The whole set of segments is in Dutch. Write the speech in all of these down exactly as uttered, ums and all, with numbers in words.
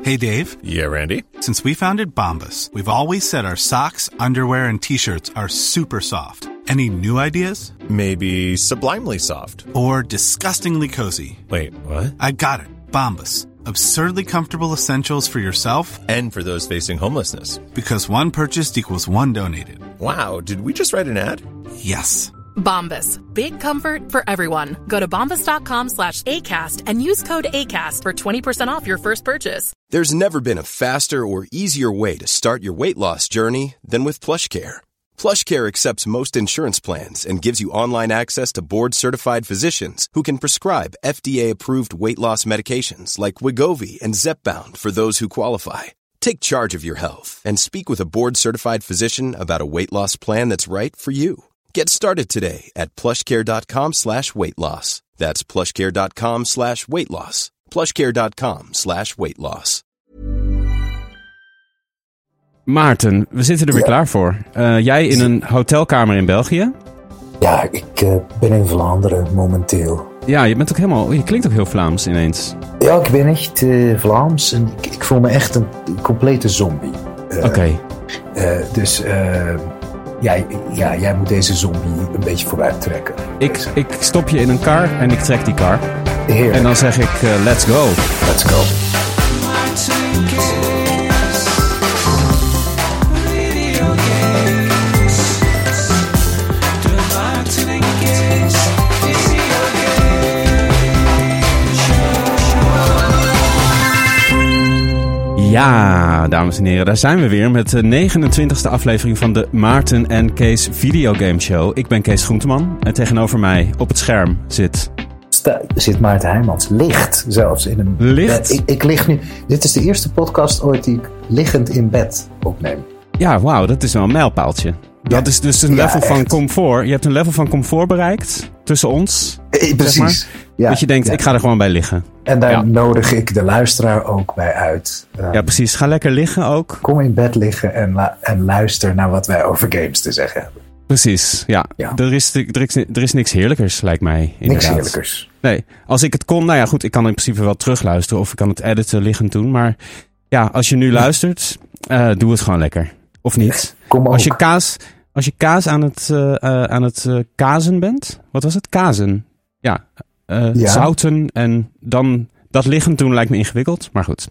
Hey, Dave. Yeah, Randy? Since we founded Bombas, we've always said our socks, underwear, and T-shirts are super soft. Any new ideas? Maybe sublimely soft. Or disgustingly cozy. Wait, what? I got it. Bombas. Absurdly comfortable essentials for yourself and for those facing homelessness. Because one purchased equals one donated. Wow, did we just write an ad? Yes. Bombas. Big comfort for everyone. Go to bombas.com slash ACAST and use code ACAST for twenty percent off your first purchase. There's never been a faster or easier way to start your weight loss journey than with PlushCare. PlushCare accepts most insurance plans and gives you online access to board-certified physicians who can prescribe F D A-approved weight loss medications like Wegovy and Zepbound for those who qualify. Take charge of your health and speak with a board-certified physician about a weight loss plan that's right for you. Get started today at plushcare.com slash weight loss. That's plushcare.com slash weight loss. plushcare.com slash weight loss. Maarten, we zitten er weer ja. klaar voor. Uh, jij in een hotelkamer in België? Ja, ik uh, ben in Vlaanderen momenteel. Ja, je bent ook helemaal, je klinkt ook heel Vlaams ineens. Ja, ik ben echt uh, Vlaams en ik, ik voel me echt een complete zombie. Uh, Oké. Okay. Uh, dus uh, ja, ja, jij moet deze zombie een beetje vooruit trekken. Ik, ik stop je in een kar en ik trek die kar. Heerlijk. En dan zeg ik, uh, let's go. Let's go. Ja, dames en heren, daar zijn we weer met de negenentwintigste aflevering van de Maarten en Kees Videogame Show. Ik ben Kees Groenteman en tegenover mij op het scherm zit... Sta, zit Maarten Heijmans. Licht zelfs. In een Licht? Ik, ik lig nu... Dit is de eerste podcast ooit die ik liggend in bed opneem. Ja, wauw, dat is wel een mijlpaaltje. Ja. Dat is dus een ja, level echt. van comfort. Je hebt een level van comfort bereikt tussen ons. Eh, precies. Zeg maar, ja, dat je denkt, ja. ik ga er gewoon bij liggen. En daar ja. nodig ik de luisteraar ook bij uit. Um, ja, precies. Ga lekker liggen ook. Kom in bed liggen en, la- en luister naar wat wij over games te zeggen hebben. Precies, ja. ja. Er, is, er, is, er is niks heerlijkers, lijkt mij. Inderdaad. Niks heerlijkers. Nee, als ik het kon, nou ja goed, ik kan in principe wel terugluisteren of ik kan het editen liggend doen. Maar ja, als je nu luistert, uh, doe het gewoon lekker. Of niet. Kom als je kaas, als je kaas aan het, uh, uh, aan het uh, kazen bent, wat was het? Kazen. Ja, uh, ja. Zouten en dan dat liggend doen lijkt me ingewikkeld, maar goed.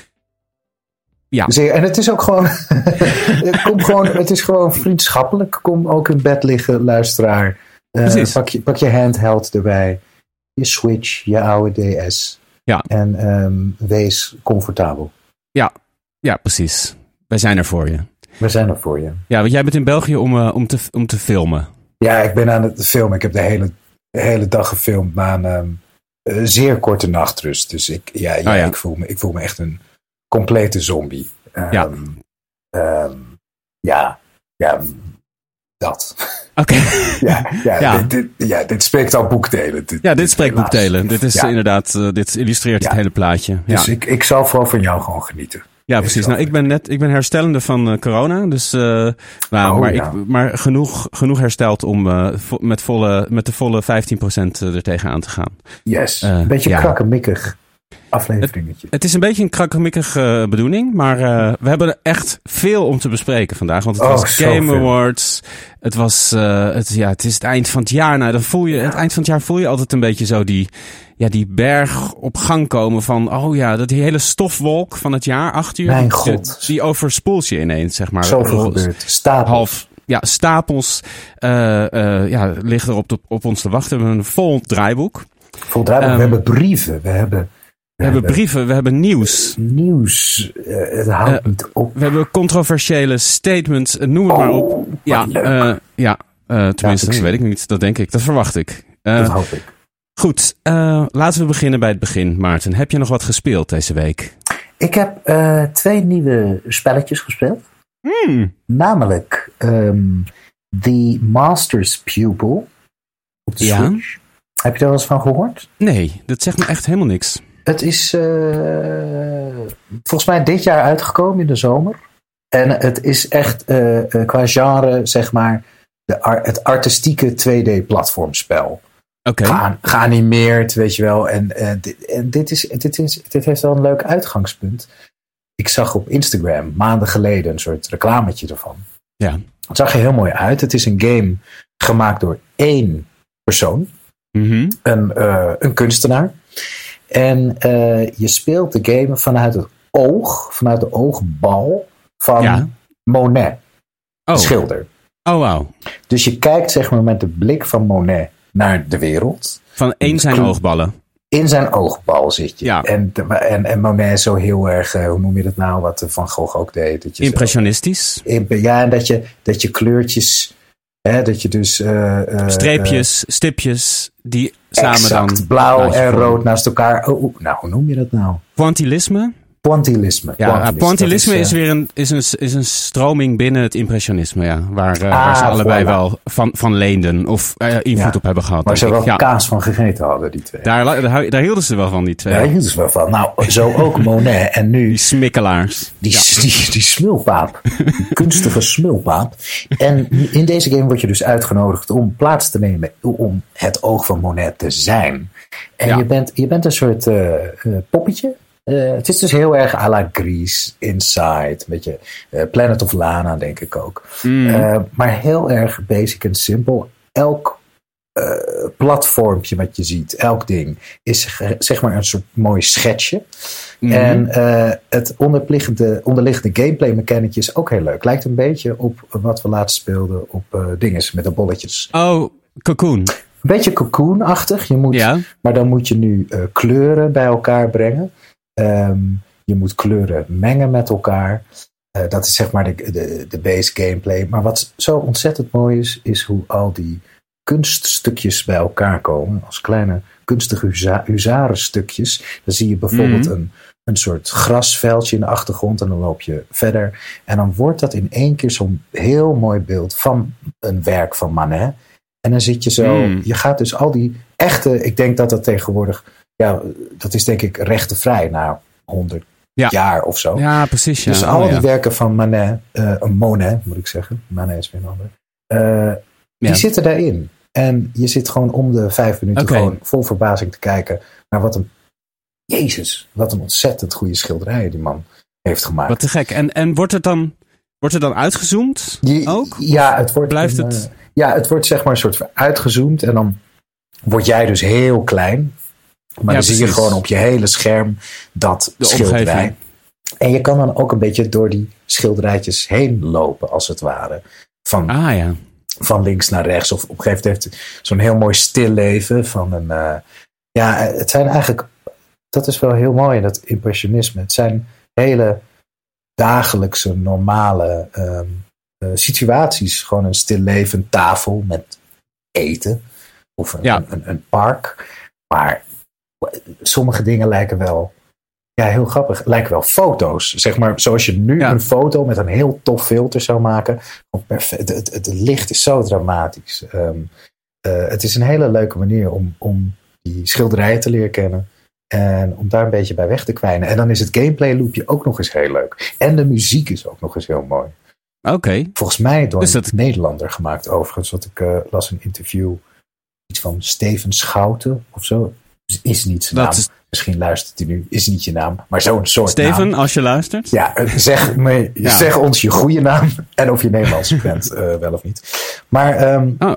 Ja. En het is ook gewoon, kom gewoon, het is gewoon vriendschappelijk. Kom ook in bed liggen, luisteraar. Uh, pak, je, pak je handheld erbij, je Switch, je oude D S. Ja. En um, wees comfortabel. Ja, ja, precies. Wij zijn er voor je. We zijn er voor je. Ja, want jij bent in België om, uh, om, te, om te filmen. Ja, ik ben aan het filmen. Ik heb de hele, de hele dag gefilmd, maar een um, uh, zeer korte nachtrust. Dus ik, ja, ja, oh, ja. Ik, voel me, ik voel me echt een complete zombie. Um, ja. Um, ja, ja, dat. Oké. Okay. ja, ja, ja. Dit, dit, ja, dit spreekt al boekdelen. Dit, ja, dit, dit spreekt boekdelen. Dit is ja. inderdaad, uh, dit illustreert ja. het hele plaatje. Dus ja. ik, ik zal vooral van jou gewoon genieten. Ja, precies. Nou, ik ben net, ik ben herstellende van uh, corona, dus, uh, nou, oh, maar, ja. ik, maar genoeg, genoeg hersteld om uh, vo, met, volle, met de volle vijftien procent er tegenaan te gaan. Yes, uh, een beetje ja. krakkemikkig afleveringetje. Het, het is een beetje een krakkemikkige uh, bedoeling, maar uh, we hebben er echt veel om te bespreken vandaag, want het oh, was Game veel. Awards, het was, uh, het, ja, het is het eind van het jaar, nou, dan voel je, ja. het eind van het jaar voel je altijd een beetje zo die, ja, die berg op gang komen van, oh ja, dat die hele stofwolk van het jaar achter je. Mijn god. Die, die overspoelt je ineens, zeg maar. Zoveel gebeurt. Stapels. Half, ja, stapels uh, uh, ja, liggen er op, de, op ons te wachten. We hebben een vol draaiboek. Vol draaiboek. Um, we hebben brieven. We hebben... We, we hebben brieven, we hebben nieuws. Nieuws, uh, het houdt uh, niet op. We hebben controversiële statements, noem het oh, maar op. Ja, uh, ja uh, tenminste, dat weet ik niet. Dat denk ik, dat verwacht ik. Uh, dat hoop ik. Goed, uh, laten we beginnen bij het begin, Maarten. Heb je nog wat gespeeld deze week? Ik heb uh, twee nieuwe spelletjes gespeeld. Hmm. Namelijk um, The Master's Pupil op de ja. Switch. Heb je daar wel eens van gehoord? Nee, dat zegt me echt helemaal niks. Het is uh, volgens mij dit jaar uitgekomen in de zomer. En het is echt uh, uh, qua genre, zeg maar, de ar- het artistieke twee D-platformspel. Okay. Ge- geanimeerd, weet je wel. En, uh, dit, en dit, is, dit, is, dit heeft wel een leuk uitgangspunt. ik zag op Instagram maanden geleden een soort reclametje ervan. Ja. Het zag er heel mooi uit. Het is een game gemaakt door één persoon. Mm-hmm. Een, uh, een kunstenaar. En uh, je speelt de game vanuit het oog, vanuit de oogbal van ja. Monet, oh. de schilder. Oh, wauw. Dus je kijkt zeg maar met de blik van Monet naar de wereld. Van één zijn Kl- oogballen. In zijn oogbal zit je. Ja. En, en, en Monet zo heel erg, uh, hoe noem je dat nou, wat Van Gogh ook deed. Dat je Impressionistisch. Zo, ja, en dat je, dat je kleurtjes, hè, dat je dus... Uh, uh, Streepjes, uh, stipjes, die samen exact, dan... blauw en rood naast elkaar. Oh, oh, nou, hoe noem je dat nou? Pointillisme? Pointillisme. Ja, pointillisme, pointillisme is, is, uh, is weer een, is een, is een stroming binnen het impressionisme, ja. Waar, uh, ah, waar ze allebei voilà. wel van, van leenden of uh, invloed ja, op hebben gehad. Waar ze ik. wel ja. kaas van gegeten hadden, die twee. Daar, daar, daar hielden ze wel van, die twee. Daar hielden ze wel van. Nou, zo ook Monet. En nu... Die smikkelaars. Die, ja. die, die smulpaap. Die kunstige smulpaap. En in deze game word je dus uitgenodigd om plaats te nemen om het oog van Monet te zijn. En ja. je, bent, je bent een soort uh, uh, poppetje. Uh, het is dus heel erg à la Grease, Inside, een beetje uh, Planet of Lana denk ik ook. Mm. Uh, maar heel erg basic en simpel. Elk uh, platformpje wat je ziet, elk ding, is zeg maar een soort mooi schetsje. Mm. En uh, het onderliggende, onderliggende gameplay mechanic is ook heel leuk. Lijkt een beetje op wat we laatst speelden op uh, dinges met de bolletjes. Oh, Cocoon. Een beetje Cocoon-achtig. Je moet, ja. Maar dan moet je nu uh, kleuren bij elkaar brengen. Um, je moet kleuren mengen met elkaar. Uh, dat is zeg maar de, de, de base gameplay. Maar wat zo ontzettend mooi is, is hoe al die kunststukjes bij elkaar komen. Als kleine kunstige huza- huzarenstukjes. Dan zie je bijvoorbeeld mm-hmm. een, een soort grasveldje in de achtergrond. En dan loop je verder. En dan wordt dat in één keer zo'n heel mooi beeld van een werk van Manet. En dan zit je zo... Mm. Je gaat dus al die echte... Ik denk dat dat tegenwoordig... Ja, dat is denk ik rechtenvrij na honderd ja. jaar of zo. Ja, precies. Ja. Dus al oh, die ja. werken van Manet, uh, Monet moet ik zeggen. Manet is weer een ander. Uh, die ja. zitten daarin. En je zit gewoon om de vijf minuten okay. gewoon vol verbazing te kijken naar wat een... Jezus, wat een ontzettend goede schilderijen die man heeft gemaakt. Wat te gek. En, en wordt het dan... Wordt het dan uitgezoomd je, ook? Ja, het wordt... Blijft een, het... Uh, ja, het wordt zeg maar een soort van uitgezoomd. En dan word jij dus heel klein... Maar ja, dan precies. zie je gewoon op je hele scherm dat de schilderij. Omgeving. En je kan dan ook een beetje door die schilderijtjes heen lopen, als het ware. Van, ah, ja. van links naar rechts. Of op een gegeven moment heeft het zo'n heel mooi stilleven. Van een, uh, ja, het zijn eigenlijk... Dat is wel heel mooi, dat impressionisme. Het zijn hele dagelijkse, normale um, uh, situaties. Gewoon een stilleven, een tafel met eten. Of een, ja. een, een, een park. Maar... Sommige dingen lijken wel, ja, heel grappig, lijken wel foto's. Zeg maar, zoals je nu ja. een foto met een heel tof filter zou maken. Perfect, het, het, het licht is zo dramatisch. Um, uh, het is een hele leuke manier om, om die schilderijen te leren kennen. En om daar een beetje bij weg te kwijnen. En dan is het gameplay loopje ook nog eens heel leuk. En de muziek is ook nog eens heel mooi. Oké. Okay. Volgens mij door dus een dat... Nederlander gemaakt overigens. Want ik uh, las een interview. Iets van Steven Schouten of zo. Is niet zijn naam. Is... Misschien luistert hij nu. Is niet je naam. Maar zo'n soort Steven, naam. als je luistert. Ja, zeg, me, ja. zeg ons je goede naam. En of je Nederlands bent, uh, wel of niet. Maar um, oh.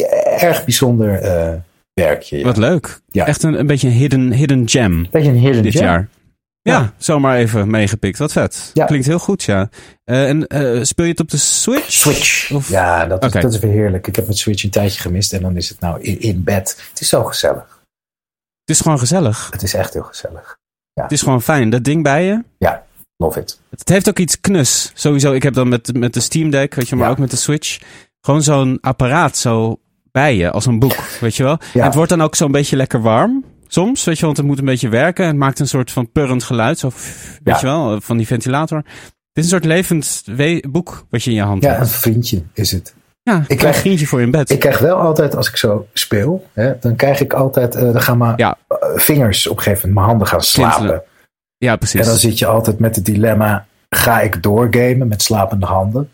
erg bijzonder uh, werkje. Ja. Wat leuk. Ja. Echt een, een beetje een hidden, hidden gem. Beetje een hidden dit gem. jaar. Ja, ja, zomaar even meegepikt. Wat vet. Ja. Klinkt heel goed, ja. Uh, en uh, speel je het op de Switch? Switch. Of? Ja, dat is, okay. dat is weer heerlijk. Ik heb mijn Switch een tijdje gemist. En dan is het nou in, in bed. Het is zo gezellig. Het is gewoon gezellig. Het is echt heel gezellig. Ja. Het is gewoon fijn. Dat ding bij je. Ja, love it. Het heeft ook iets knus. Sowieso, ik heb dan met, met de Steam Deck, weet je, maar ja. ook met de Switch. Gewoon zo'n apparaat zo bij je, als een boek, weet je wel. Ja. En het wordt dan ook zo'n beetje lekker warm. Soms, weet je, want het moet een beetje werken. Het maakt een soort van purrend geluid. Zo, weet ja. je wel, van die ventilator. Het is een soort levend we- boek wat je in je hand ja, hebt. Ja, een vriendje is het. Ja, ik krijg een vriendje voor je in bed. Ik krijg wel altijd, als ik zo speel, hè, dan krijg ik altijd, uh, dan gaan mijn ja. vingers op een gegeven moment, mijn handen gaan slapen. Kintelen. Ja, precies. En dan zit je altijd met het dilemma, ga ik doorgamen met slapende handen?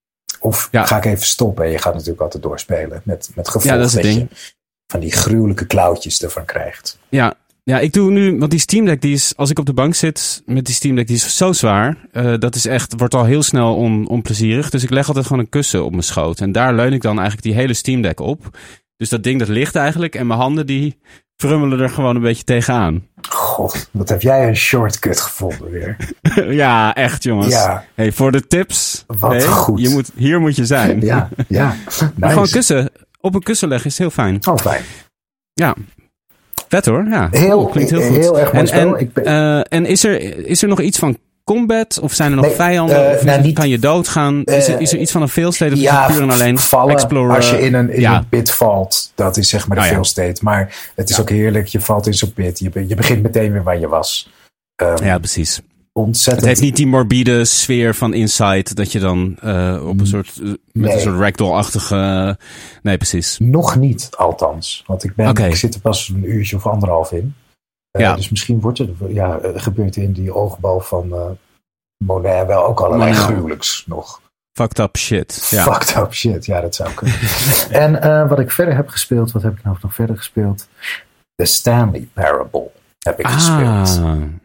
Of ja. ga ik even stoppen? En je gaat natuurlijk altijd doorspelen met, met gevolg ja, dat, dat je van die gruwelijke klauwtjes ervan krijgt. Ja, Ja, ik doe nu, want die Steam Deck, die is, als ik op de bank zit met die Steam Deck, die is zo zwaar. Uh, dat is echt, wordt al heel snel on, onplezierig. Dus ik leg altijd gewoon een kussen op mijn schoot. En daar leun ik dan eigenlijk die hele Steam Deck op. Dus dat ding, dat ligt eigenlijk. En mijn handen, die frummelen er gewoon een beetje tegenaan. God, wat heb jij een shortcut gevonden weer. Ja, echt jongens. Ja. Hey, voor de tips. Wat hey, goed. Je moet, hier moet je zijn. Ja, ja. Nice. Maar gewoon kussen, op een kussen leggen is heel fijn. Oh, fijn. Ja. Vet hoor, ja. Heel, oh, klinkt heel goed. Heel erg mooi en, spel. En, ik ben... uh, en is, er, is er nog iets van combat? Of zijn er nog nee, vijanden? Uh, of nou, niet, kan je doodgaan? Uh, is, er, is er iets van een failstate? Of ja, puur en alleen vallen exploren? Als je in een, in ja. een pit valt. Dat is zeg maar de oh, failstate. Ja. Maar het is ja. ook heerlijk. Je valt in zo'n pit. Je, je begint meteen weer waar je was. Um, ja, precies. Ontzettend. Het heeft niet die morbide sfeer van Inside. Dat je dan uh, op een soort, uh, met nee. een soort ragdoll-achtige... Uh, nee, precies. Nog niet, althans. Want ik, ben, okay. ik zit er pas een uurtje of anderhalf in. Uh, ja. Dus misschien wordt er, ja, gebeurt in die oogbal van uh, Monet wel ook allerlei oh, gruwelijks nog. Fucked up shit. Ja. Fucked up shit, ja, dat zou kunnen. En uh, wat ik verder heb gespeeld, wat heb ik nou nog verder gespeeld? The Stanley Parable heb ik ah. gespeeld.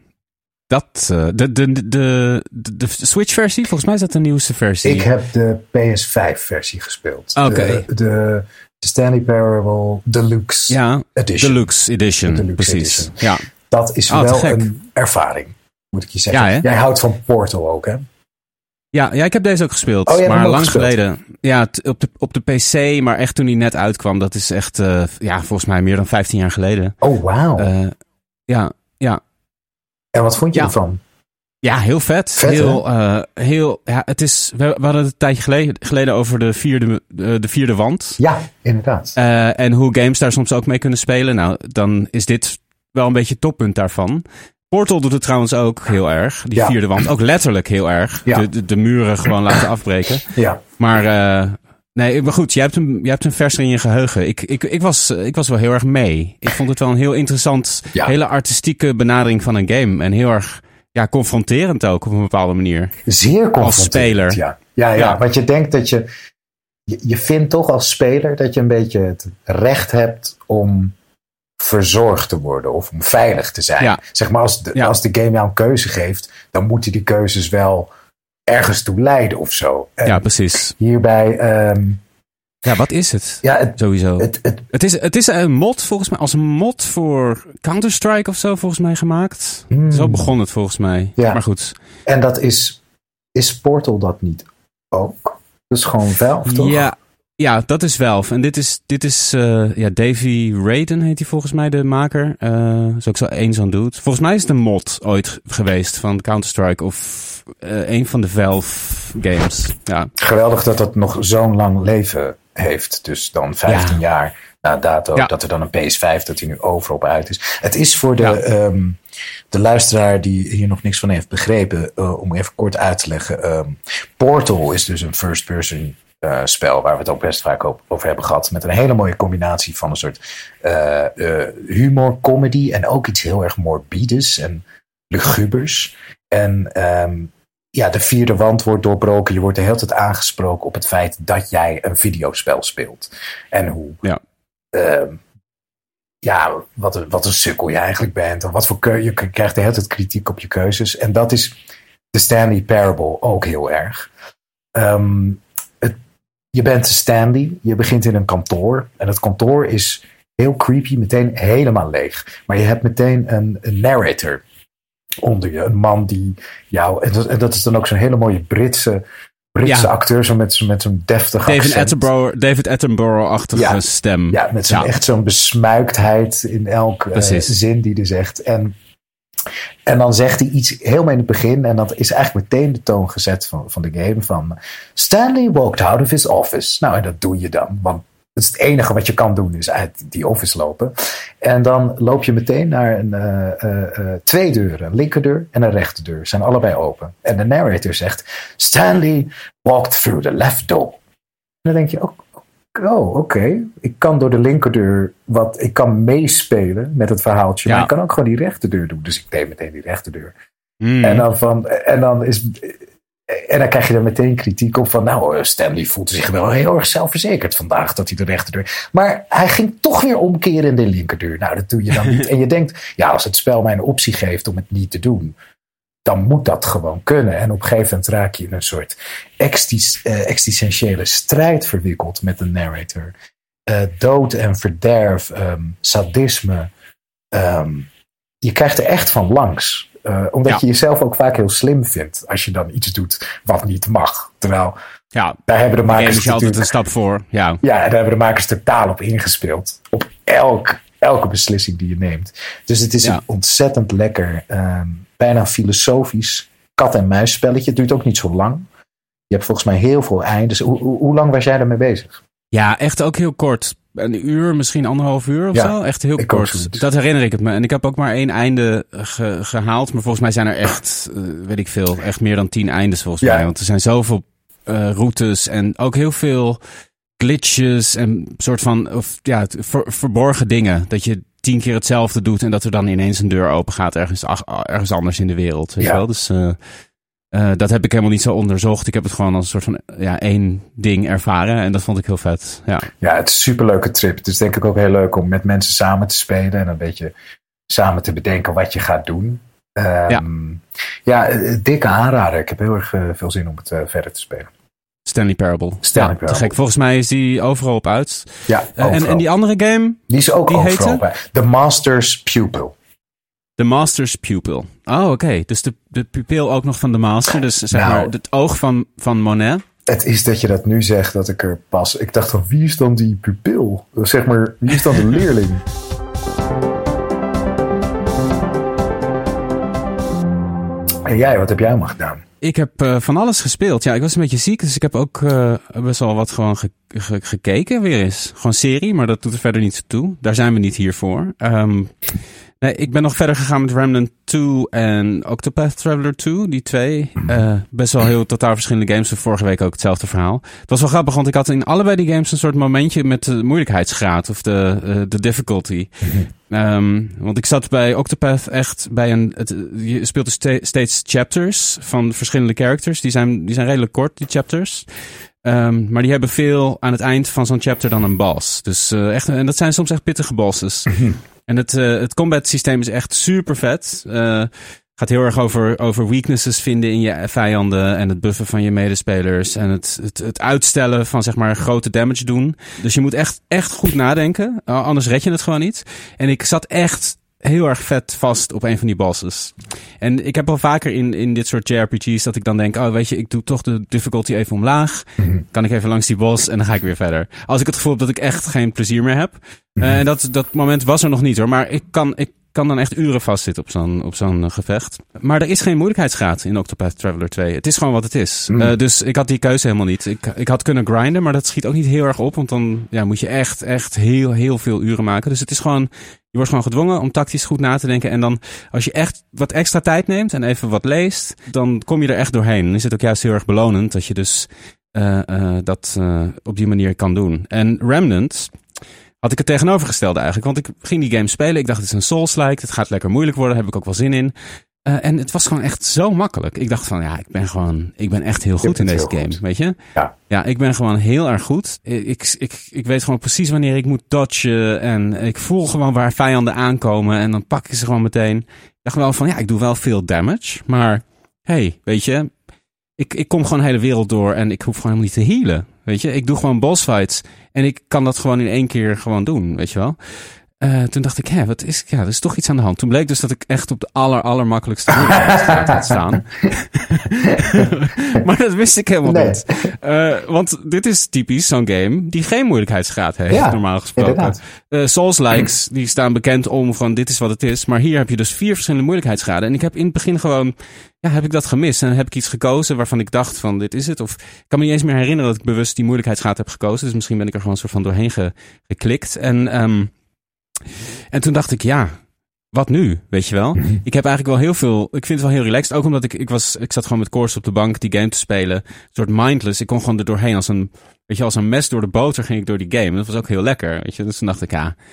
Dat, uh, de, de, de, de, de Switch-versie? Volgens mij is dat de nieuwste versie. Ik heb de P S vijf versie gespeeld. Oké. Okay. De, de, de Stanley Parable Deluxe ja, Edition. Deluxe Edition, de Deluxe precies. Edition. Ja. Dat is oh, wel een ervaring, moet ik je zeggen. Ja, jij houdt van Portal ook, hè? Ja, ja, ik heb deze ook gespeeld. Oh, maar lang gespeeld. geleden. Ja, t- op, de, op de P C, maar echt toen die net uitkwam. Dat is echt, uh, ja, volgens mij meer dan vijftien jaar geleden. Oh, wauw. Uh, ja, ja. En wat vond je ja. ervan? Ja, heel vet. vet heel, uh, heel, ja, het is, we, we hadden het een tijdje geleden, geleden over de vierde, de, de vierde wand. Ja, inderdaad. Uh, en hoe games daar soms ook mee kunnen spelen. Nou, dan is dit wel een beetje het toppunt daarvan. Portal doet het trouwens ook heel erg. Die ja. vierde wand. Ook letterlijk heel erg. Ja. De, de, de muren gewoon laten afbreken. Ja. Maar, uh, nee, maar goed. Jij hebt een, jij hebt een verser in je geheugen. Ik, ik, ik, was, ik was wel heel erg mee. Ik vond het wel een heel interessant, ja. hele artistieke benadering van een game. En heel erg, ja, confronterend ook op een bepaalde manier. Zeer confronterend. Als speler. Ja, ja, ja, ja. Want je denkt dat je, je... Je vindt toch als speler dat je een beetje het recht hebt om verzorgd te worden of om veilig te zijn. Ja. Zeg maar, als de, ja. als de game jou een keuze geeft, dan moeten die keuzes wel ergens toe leiden of zo. En ja, precies. Hierbij... Um, ja, wat is het? Ja, het sowieso. Het, het, het, is, het is een mod, volgens mij, als een mod voor Counter-Strike of zo, volgens mij gemaakt. Hmm. Zo begon het volgens mij. Ja. Maar goed. En dat is... Is Portal dat niet ook? Dat is gewoon Valve, toch? Ja. Ja, dat is Valve. En dit is, dit is uh, ja, Davy Raiden heet hij volgens mij, de maker. Uh, is ook zo één zo'n dude. Volgens mij is het een mod ooit geweest van Counter-Strike of uh, een van de Valve games. Ja. Geweldig dat dat nog zo'n lang leven heeft. Dus dan vijftien ja. jaar na dato. Ja. Dat er dan een P S vijf, dat hij nu overal op uit is. Het is voor de, ja. um, de luisteraar die hier nog niks van heeft begrepen, uh, om even kort uit te leggen. Um, Portal is dus een first person Uh, spel waar we het ook best vaak over hebben gehad. Met een hele mooie combinatie van een soort uh, uh, humor, comedy en ook iets heel erg morbides en lugubers. En um, ja, de vierde wand wordt doorbroken. Je wordt de hele tijd aangesproken op het feit dat jij een videospel speelt. En hoe... Ja. Uh, ja, wat een, wat een sukkel je eigenlijk bent. En wat voor keu- je krijgt de hele tijd kritiek op je keuzes. En dat is de Stanley Parable ook heel erg. Um, Je bent Stanley, je begint in een kantoor. En het kantoor is heel creepy, meteen helemaal leeg. Maar je hebt meteen een, een narrator onder je. Een man die jou... En dat, en dat is dan ook zo'n hele mooie Britse, Britse ja. acteur. Zo met, met zo'n deftig David accent. Attenborough, David Attenborough-achtige ja, stem. Ja, met zo'n, ja. echt zo'n besmuiktheid in elke uh, zin die hij zegt. En... En dan zegt hij iets helemaal in het begin. En dat is eigenlijk meteen de toon gezet van, van de game. Van Stanley walked out of his office. Nou, en dat doe je dan. Want het is het enige wat je kan doen. Is uit die office lopen. En dan loop je meteen naar een, uh, uh, uh, twee deuren. Een linkerdeur en een rechterdeur. Zijn allebei open. En de narrator zegt Stanley walked through the left door. En dan denk je ook. Oh, oké. Okay. Ik kan door de linkerdeur wat... Ik kan meespelen met het verhaaltje. Ja. Maar ik kan ook gewoon die rechterdeur doen. Dus ik deed meteen die rechterdeur. Mm. En dan van... En dan is... En dan krijg je er meteen kritiek op van, nou, Stanley voelde zich wel heel erg zelfverzekerd vandaag dat hij de rechterdeur. Maar hij ging toch weer omkeren in de linkerdeur. Nou, dat doe je dan niet. En je denkt, ja, als het spel mij een optie geeft om het niet te doen, dan moet dat gewoon kunnen. En op een gegeven moment raak je in een soort exis, uh, existentiële strijd verwikkeld met de narrator. Uh, dood en verderf, um, sadisme. Um, je krijgt er echt van langs. Uh, omdat ja. je jezelf ook vaak heel slim vindt als je dan iets doet wat niet mag. Terwijl, ja, daar hebben de makers je altijd een stap voor. Ja. ja, daar hebben de makers totaal op ingespeeld. Op elk, elke beslissing die je neemt. Dus het is ja. een ontzettend lekker, um, bijna filosofisch kat-en-muis spelletje. Het duurt ook niet zo lang. Je hebt volgens mij heel veel eindes. Hoe, hoe, hoe lang was jij ermee bezig? Ja, echt ook heel kort. Een uur, misschien anderhalf uur of ja, zo. Echt heel kort. Dat herinner ik het me. En ik heb ook maar één einde ge, gehaald. Maar volgens mij zijn er echt, uh, weet ik veel, echt meer dan tien eindes volgens ja. mij. Want er zijn zoveel uh, routes en ook heel veel glitches en soort van, of ja, ver, verborgen dingen. Dat je tien keer hetzelfde doet en dat er dan ineens een deur open gaat ergens, ach, ergens anders in de wereld. Weet ja. je wel? Dus uh, uh, dat heb ik helemaal niet zo onderzocht. Ik heb het gewoon als een soort van ja, één ding ervaren. En dat vond ik heel vet. Ja, ja, het is een superleuke trip. Het is denk ik ook heel leuk om met mensen samen te spelen. En een beetje samen te bedenken wat je gaat doen. Um, ja. ja, dikke aanrader. Ik heb heel erg uh, veel zin om het uh, verder te spelen. Stanley Parable. Stanley ja, Parable. Te gek. Volgens mij is die overal op uit. Ja, uh, en, en die andere game? Die is ook die overal heette? op uit. The Master's Pupil. The Master's Pupil. Oh, oké. Okay. Dus de, de pupil ook nog van de Master. Dus zeg nou, maar het oog van, van Monet. Het is dat je dat nu zegt dat ik er pas... Ik dacht van, wie is dan die pupil? Zeg maar, wie is dan de leerling? En jij, wat heb jij allemaal gedaan? Ik heb uh, van alles gespeeld. Ja, ik was een beetje ziek, dus ik heb ook uh, best wel wat gewoon ge- ge- gekeken weer eens. Gewoon serie, maar dat doet er verder niet toe. Daar zijn we niet hier voor. Um, nee, ik ben nog verder gegaan met Remnant twee en Octopath Traveler twee. Die twee. Uh, best wel heel totaal verschillende games. Vorige week ook hetzelfde verhaal. Het was wel grappig, want ik had in allebei die games een soort momentje met de moeilijkheidsgraad of de, uh, de difficulty. Um, want ik zat bij Octopath echt bij een... Het, je speelt dus ste- steeds chapters van verschillende characters. Die zijn, die zijn redelijk kort, die chapters. Um, maar die hebben veel aan het eind van zo'n chapter dan een boss. Dus uh, echt, en dat zijn soms echt pittige bosses. En het, uh, het combat systeem is echt super vet. Uh, gaat heel erg over, over weaknesses vinden in je vijanden en het buffen van je medespelers en het, het, het uitstellen van zeg maar grote damage doen. Dus je moet echt, echt goed nadenken, anders red je het gewoon niet. En ik zat echt heel erg vet vast op een van die bosses. En ik heb al vaker in, in dit soort J R P G's dat ik dan denk, oh weet je, ik doe toch de difficulty even omlaag. Mm-hmm. Kan ik even langs die boss en dan ga ik weer verder. Als ik het gevoel heb dat ik echt geen plezier meer heb. Mm-hmm. Uh, en dat, dat moment was er nog niet hoor, maar ik kan... Ik kan dan echt uren vastzitten op zo'n, op zo'n uh, gevecht. Maar er is geen moeilijkheidsgraad in Octopath Traveler twee. Het is gewoon wat het is. Mm. Uh, dus ik had die keuze helemaal niet. Ik, ik had kunnen grinden, maar dat schiet ook niet heel erg op. Want dan ja, moet je echt, echt heel, heel veel uren maken. Dus het is gewoon, je wordt gewoon gedwongen om tactisch goed na te denken. En dan, als je echt wat extra tijd neemt en even wat leest, dan kom je er echt doorheen. Dan is het ook juist heel erg belonend dat je dus uh, uh, dat uh, op die manier kan doen. En Remnant had ik het tegenovergestelde eigenlijk. Want ik ging die game spelen. Ik dacht, het is een Souls-like. Het gaat lekker moeilijk worden. Daar heb ik ook wel zin in. Uh, en het was gewoon echt zo makkelijk. Ik dacht van, ja, ik ben gewoon... Ik ben echt heel goed in deze game, goed. Weet je? Ja. Ja, ik ben gewoon heel erg goed. Ik, ik, ik, ik weet gewoon precies wanneer ik moet dodgen. En ik voel gewoon waar vijanden aankomen. En dan pak ik ze gewoon meteen. Ik dacht wel van, ja, ik doe wel veel damage. Maar, hey, weet je... Ik, ik kom gewoon de hele wereld door en ik hoef gewoon helemaal niet te healen. Weet je, ik doe gewoon bossfights en ik kan dat gewoon in één keer gewoon doen, weet je wel. Uh, toen dacht ik, hè, wat is, ja, er is toch iets aan de hand. Toen bleek dus dat ik echt op de aller, allermakkelijkste moeilijkheidsgraad had staan. Maar dat wist ik helemaal nee. niet. Uh, want dit is typisch zo'n game die geen moeilijkheidsgraad heeft, ja, normaal gesproken. Uh, Souls-likes, die staan bekend om van dit is wat het is. Maar hier heb je dus vier verschillende moeilijkheidsgraden. En ik heb in het begin gewoon, ja, heb ik dat gemist. En heb ik iets gekozen waarvan ik dacht van dit is het. Of ik kan me niet eens meer herinneren dat ik bewust die moeilijkheidsgraad heb gekozen. Dus misschien ben ik er gewoon soort van doorheen ge- geklikt. En... Um, En toen dacht ik, ja, wat nu? Weet je wel? Mm-hmm. Ik heb eigenlijk wel heel veel... Ik vind het wel heel relaxed. Ook omdat ik... Ik, was, ik zat gewoon met Koers op de bank die game te spelen. Een soort mindless. Ik kon gewoon er doorheen als een... Weet je, als een mes door de boter ging ik door die game. En dat was ook heel lekker. Weet je? Dus toen dacht ik, ja...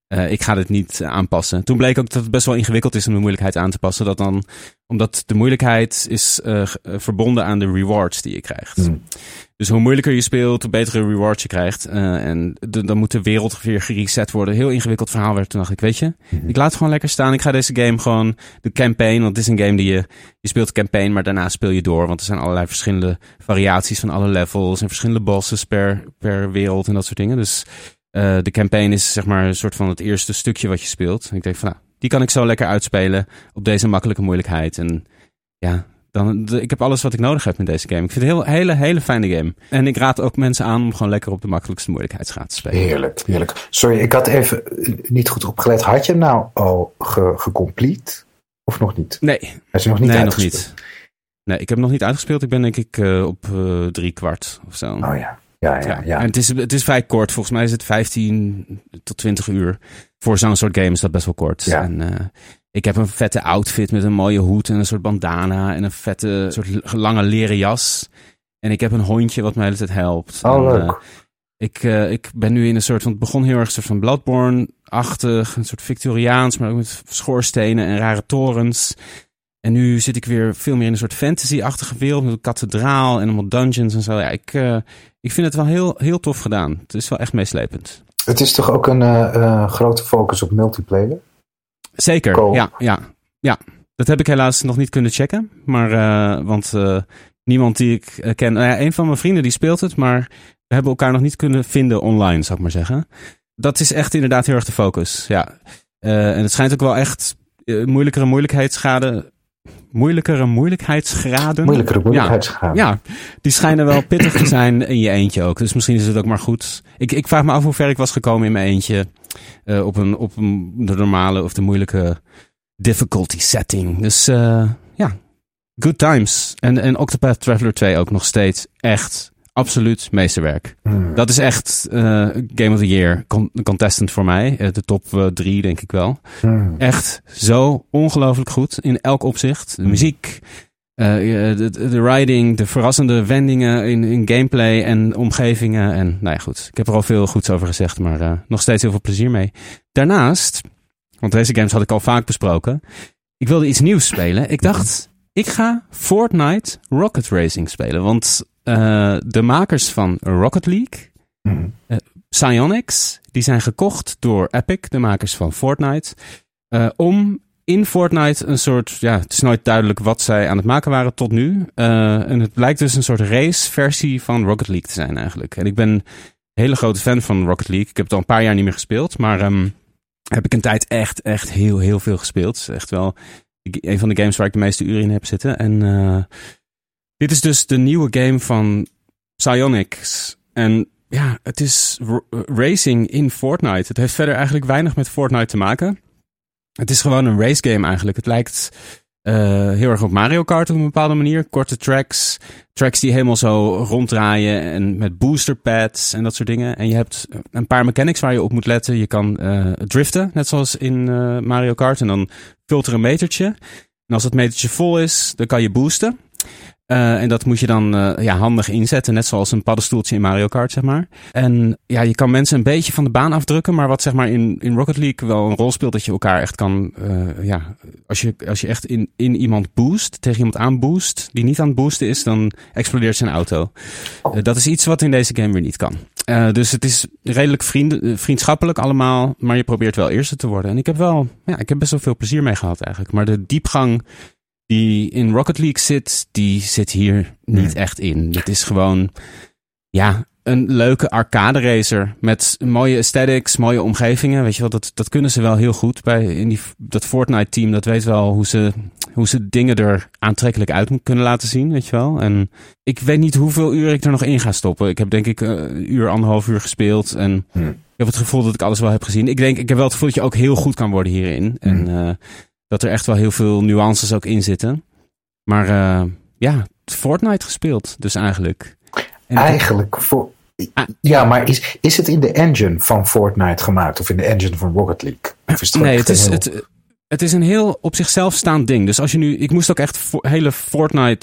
Uh, ik ga dit niet uh, aanpassen. Toen bleek ook dat het best wel ingewikkeld is om de moeilijkheid aan te passen. Dat dan, omdat de moeilijkheid is uh, g- uh, verbonden aan de rewards die je krijgt. Mm. Dus hoe moeilijker je speelt, hoe betere rewards je krijgt. Uh, en de, dan moet de wereld weer gereset worden. Heel ingewikkeld verhaal werd. Toen dacht ik, weet je, mm-hmm. ik laat het gewoon lekker staan. Ik ga deze game gewoon, de campaign, want het is een game die je, je speelt de campaign, maar daarna speel je door. Want er zijn allerlei verschillende variaties van alle levels en verschillende bosses per, per wereld en dat soort dingen. Dus uh, de campaign is zeg maar een soort van het eerste stukje wat je speelt. En ik denk van, nou, die kan ik zo lekker uitspelen op deze makkelijke moeilijkheid. En ja, dan, de, ik heb alles wat ik nodig heb met deze game. Ik vind het een heel, hele, hele fijne game. En ik raad ook mensen aan om gewoon lekker op de makkelijkste moeilijkheidsgraad te spelen. Heerlijk, heerlijk. Sorry, ik had even niet goed opgelet. Had je hem nou al ge- gecomplete of nog niet? Nee. Hij is nog niet nee, uitgespeeld? nog niet. Nee, ik heb hem nog niet uitgespeeld. Ik ben denk ik uh, op uh, drie kwart of zo. Oh ja. Ja, ja, ja. ja. En het is, het is vrij kort. Volgens mij is het vijftien tot twintig uur. Voor zo'n soort game is dat best wel kort. Ja. En uh, ik heb een vette outfit met een mooie hoed en een soort bandana en een vette soort lange leren jas. En ik heb een hondje wat mij de hele tijd helpt. Oh, en, leuk. Uh, ik, uh, ik ben nu in een soort van, het begon heel erg een soort van Bloodborne-achtig, een soort Victoriaans, maar ook met schoorstenen en rare torens. En nu zit ik weer veel meer in een soort fantasy-achtige wereld met een kathedraal en allemaal dungeons en zo. Ja, ik, uh, ik vind het wel heel, heel tof gedaan. Het is wel echt meeslepend. Het is toch ook een uh, uh, grote focus op multiplayer? Zeker, Cool. ja, ja, ja. Dat heb ik helaas nog niet kunnen checken. Maar, uh, want uh, niemand die ik uh, ken... Uh, ja, een van mijn vrienden die speelt het, maar we hebben elkaar nog niet kunnen vinden online, zou ik maar zeggen. Dat is echt inderdaad heel erg de focus, ja. Uh, en het schijnt ook wel echt uh, moeilijkere moeilijkheidsgraden... Moeilijkere moeilijkheidsgraden. Moeilijkere moeilijkheidsgraden. Ja, ja, die schijnen wel pittig te zijn in je eentje ook. Dus misschien is het ook maar goed. Ik, ik vraag me af hoe ver ik was gekomen in mijn eentje. Uh, op, een, op een, de normale of de moeilijke difficulty setting. Dus uh, ja, good times. En, en Octopath Traveler twee ook nog steeds echt absoluut meesterwerk. Hmm. Dat is echt uh, Game of the Year con- contestant voor mij. Uh, de top uh, drie denk ik wel. Hmm. Echt zo ongelooflijk goed in elk opzicht. De muziek, uh, de, de writing, de verrassende wendingen in, in gameplay en omgevingen. En nou ja, goed. Ik heb er al veel goeds over gezegd, maar uh, nog steeds heel veel plezier mee. Daarnaast, want deze games had ik al vaak besproken. Ik wilde iets nieuws spelen. Ik dacht, ik ga Fortnite Rocket Racing spelen. Want Uh, de makers van Rocket League, mm. uh, Psyonix, die zijn gekocht door Epic, de makers van Fortnite, uh, om in Fortnite een soort, ja, het is nooit duidelijk wat zij aan het maken waren tot nu. Uh, en het blijkt dus een soort race-versie van Rocket League te zijn eigenlijk. En ik ben een hele grote fan van Rocket League. Ik heb het al een paar jaar niet meer gespeeld, maar um, heb ik een tijd echt, echt heel, heel veel gespeeld. Het is echt wel een van de games waar ik de meeste uren in heb zitten. En uh, dit is dus de nieuwe game van Psyonix. En ja, het is r- racing in Fortnite. Het heeft verder eigenlijk weinig met Fortnite te maken. Het is gewoon een race game eigenlijk. Het lijkt uh, heel erg op Mario Kart op een bepaalde manier. Korte tracks. Tracks die helemaal zo ronddraaien. En met booster pads en dat soort dingen. En je hebt een paar mechanics waar je op moet letten. Je kan uh, driften, net zoals in uh, Mario Kart. En dan vult er een metertje. En als dat metertje vol is, dan kan je boosten. Uh, en dat moet je dan uh, ja, handig inzetten, net zoals een paddenstoeltje in Mario Kart, zeg maar. En ja, je kan mensen een beetje van de baan afdrukken, maar wat zeg maar in, in Rocket League wel een rol speelt, dat je elkaar echt kan, uh, ja, als je, als je echt in, in iemand boost, tegen iemand aan boost, die niet aan het boosten is, dan explodeert zijn auto. Uh, dat is iets wat in deze game weer niet kan. Uh, dus het is redelijk vriend, vriendschappelijk allemaal, maar je probeert wel eerste te worden. En ik heb wel, ja, ik heb best wel veel plezier mee gehad eigenlijk. Maar de diepgang die in Rocket League zit, die zit hier niet echt in. Het is gewoon, ja, een leuke arcade racer met mooie aesthetics, mooie omgevingen. Weet je wel, dat, dat kunnen ze wel heel goed bij in die, dat Fortnite team. Dat weet wel hoe ze, hoe ze dingen er aantrekkelijk uit kunnen laten zien, weet je wel. En ik weet niet hoeveel uur ik er nog in ga stoppen. Ik heb denk ik een uur, anderhalf uur gespeeld en hmm. ik heb het gevoel dat ik alles wel heb gezien. Ik denk, ik heb wel het gevoel dat je ook heel goed kan worden hierin. Hmm. En uh, dat er echt wel heel veel nuances ook in zitten. Maar uh, ja, Fortnite gespeeld dus eigenlijk. En eigenlijk, het, voor, ah, ja, maar is, is het in de engine van Fortnite gemaakt? Of in de engine van Rocket League? Of is het nee, het is, heel... het, het is een heel op zichzelf staand ding. Dus als je nu, ik moest ook echt voor, hele Fortnite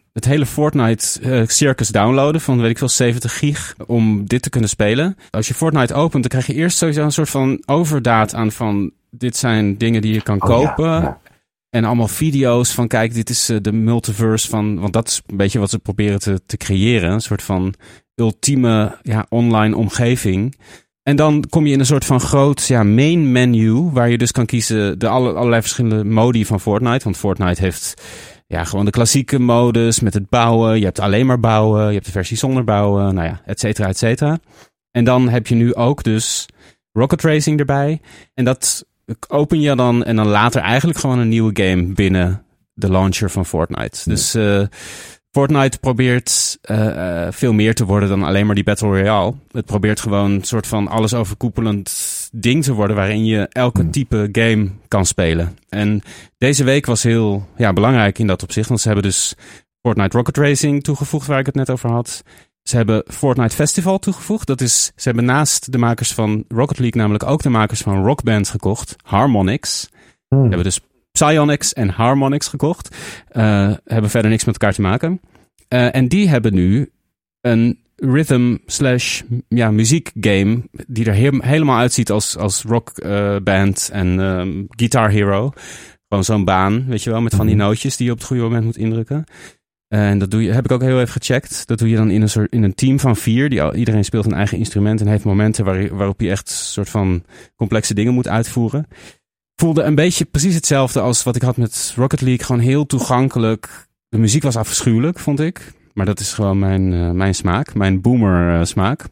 het hele Fortnite uh, circus downloaden van, weet ik veel, zeventig gig om dit te kunnen spelen. Als je Fortnite opent, dan krijg je eerst sowieso een soort van overdaad aan van, dit zijn dingen die je kan oh, kopen. Ja, ja. En allemaal video's van, kijk, dit is uh, de multiverse van, want dat is een beetje wat ze proberen te, te creëren. Een soort van ultieme ja, online omgeving. En dan kom je in een soort van groot ja, main menu, waar je dus kan kiezen de alle, allerlei verschillende modi van Fortnite. Want Fortnite heeft ja, gewoon de klassieke modus met het bouwen. Je hebt alleen maar bouwen, je hebt de versie zonder bouwen, nou ja, et cetera, et cetera. En dan heb je nu ook dus Rocket Racing erbij. En dat open je dan en dan later eigenlijk gewoon een nieuwe game binnen de launcher van Fortnite. Ja. Dus uh, Fortnite probeert uh, uh, veel meer te worden dan alleen maar die Battle Royale. Het probeert gewoon een soort van alles overkoepelend ding te worden waarin je elke mm. type game kan spelen. En deze week was heel ja, belangrijk in dat opzicht, want ze hebben dus Fortnite Rocket Racing toegevoegd, waar ik het net over had. Ze hebben Fortnite Festival toegevoegd. Dat is, ze hebben naast de makers van Rocket League namelijk ook de makers van Rock Band gekocht, Harmonix. Mm. Ze hebben dus Psyonix en Harmonix gekocht. Uh, hebben verder niks met elkaar te maken. Uh, en die hebben nu een rhythm slash ja, muziek game die er he- helemaal uitziet als, als Rock uh, Band en um, Guitar Hero. Gewoon zo'n baan, weet je wel, met van die nootjes die je op het goede moment moet indrukken. Uh, en dat doe je, heb ik ook heel even gecheckt. Dat doe je dan in een, soort, in een team van vier. Die, iedereen speelt een eigen instrument en heeft momenten waar, waarop je echt een soort van complexe dingen moet uitvoeren. Voelde een beetje precies hetzelfde als wat ik had met Rocket League. Gewoon heel toegankelijk. De muziek was afschuwelijk, vond ik. Maar dat is gewoon mijn, uh, mijn smaak. Mijn boomer uh, smaak.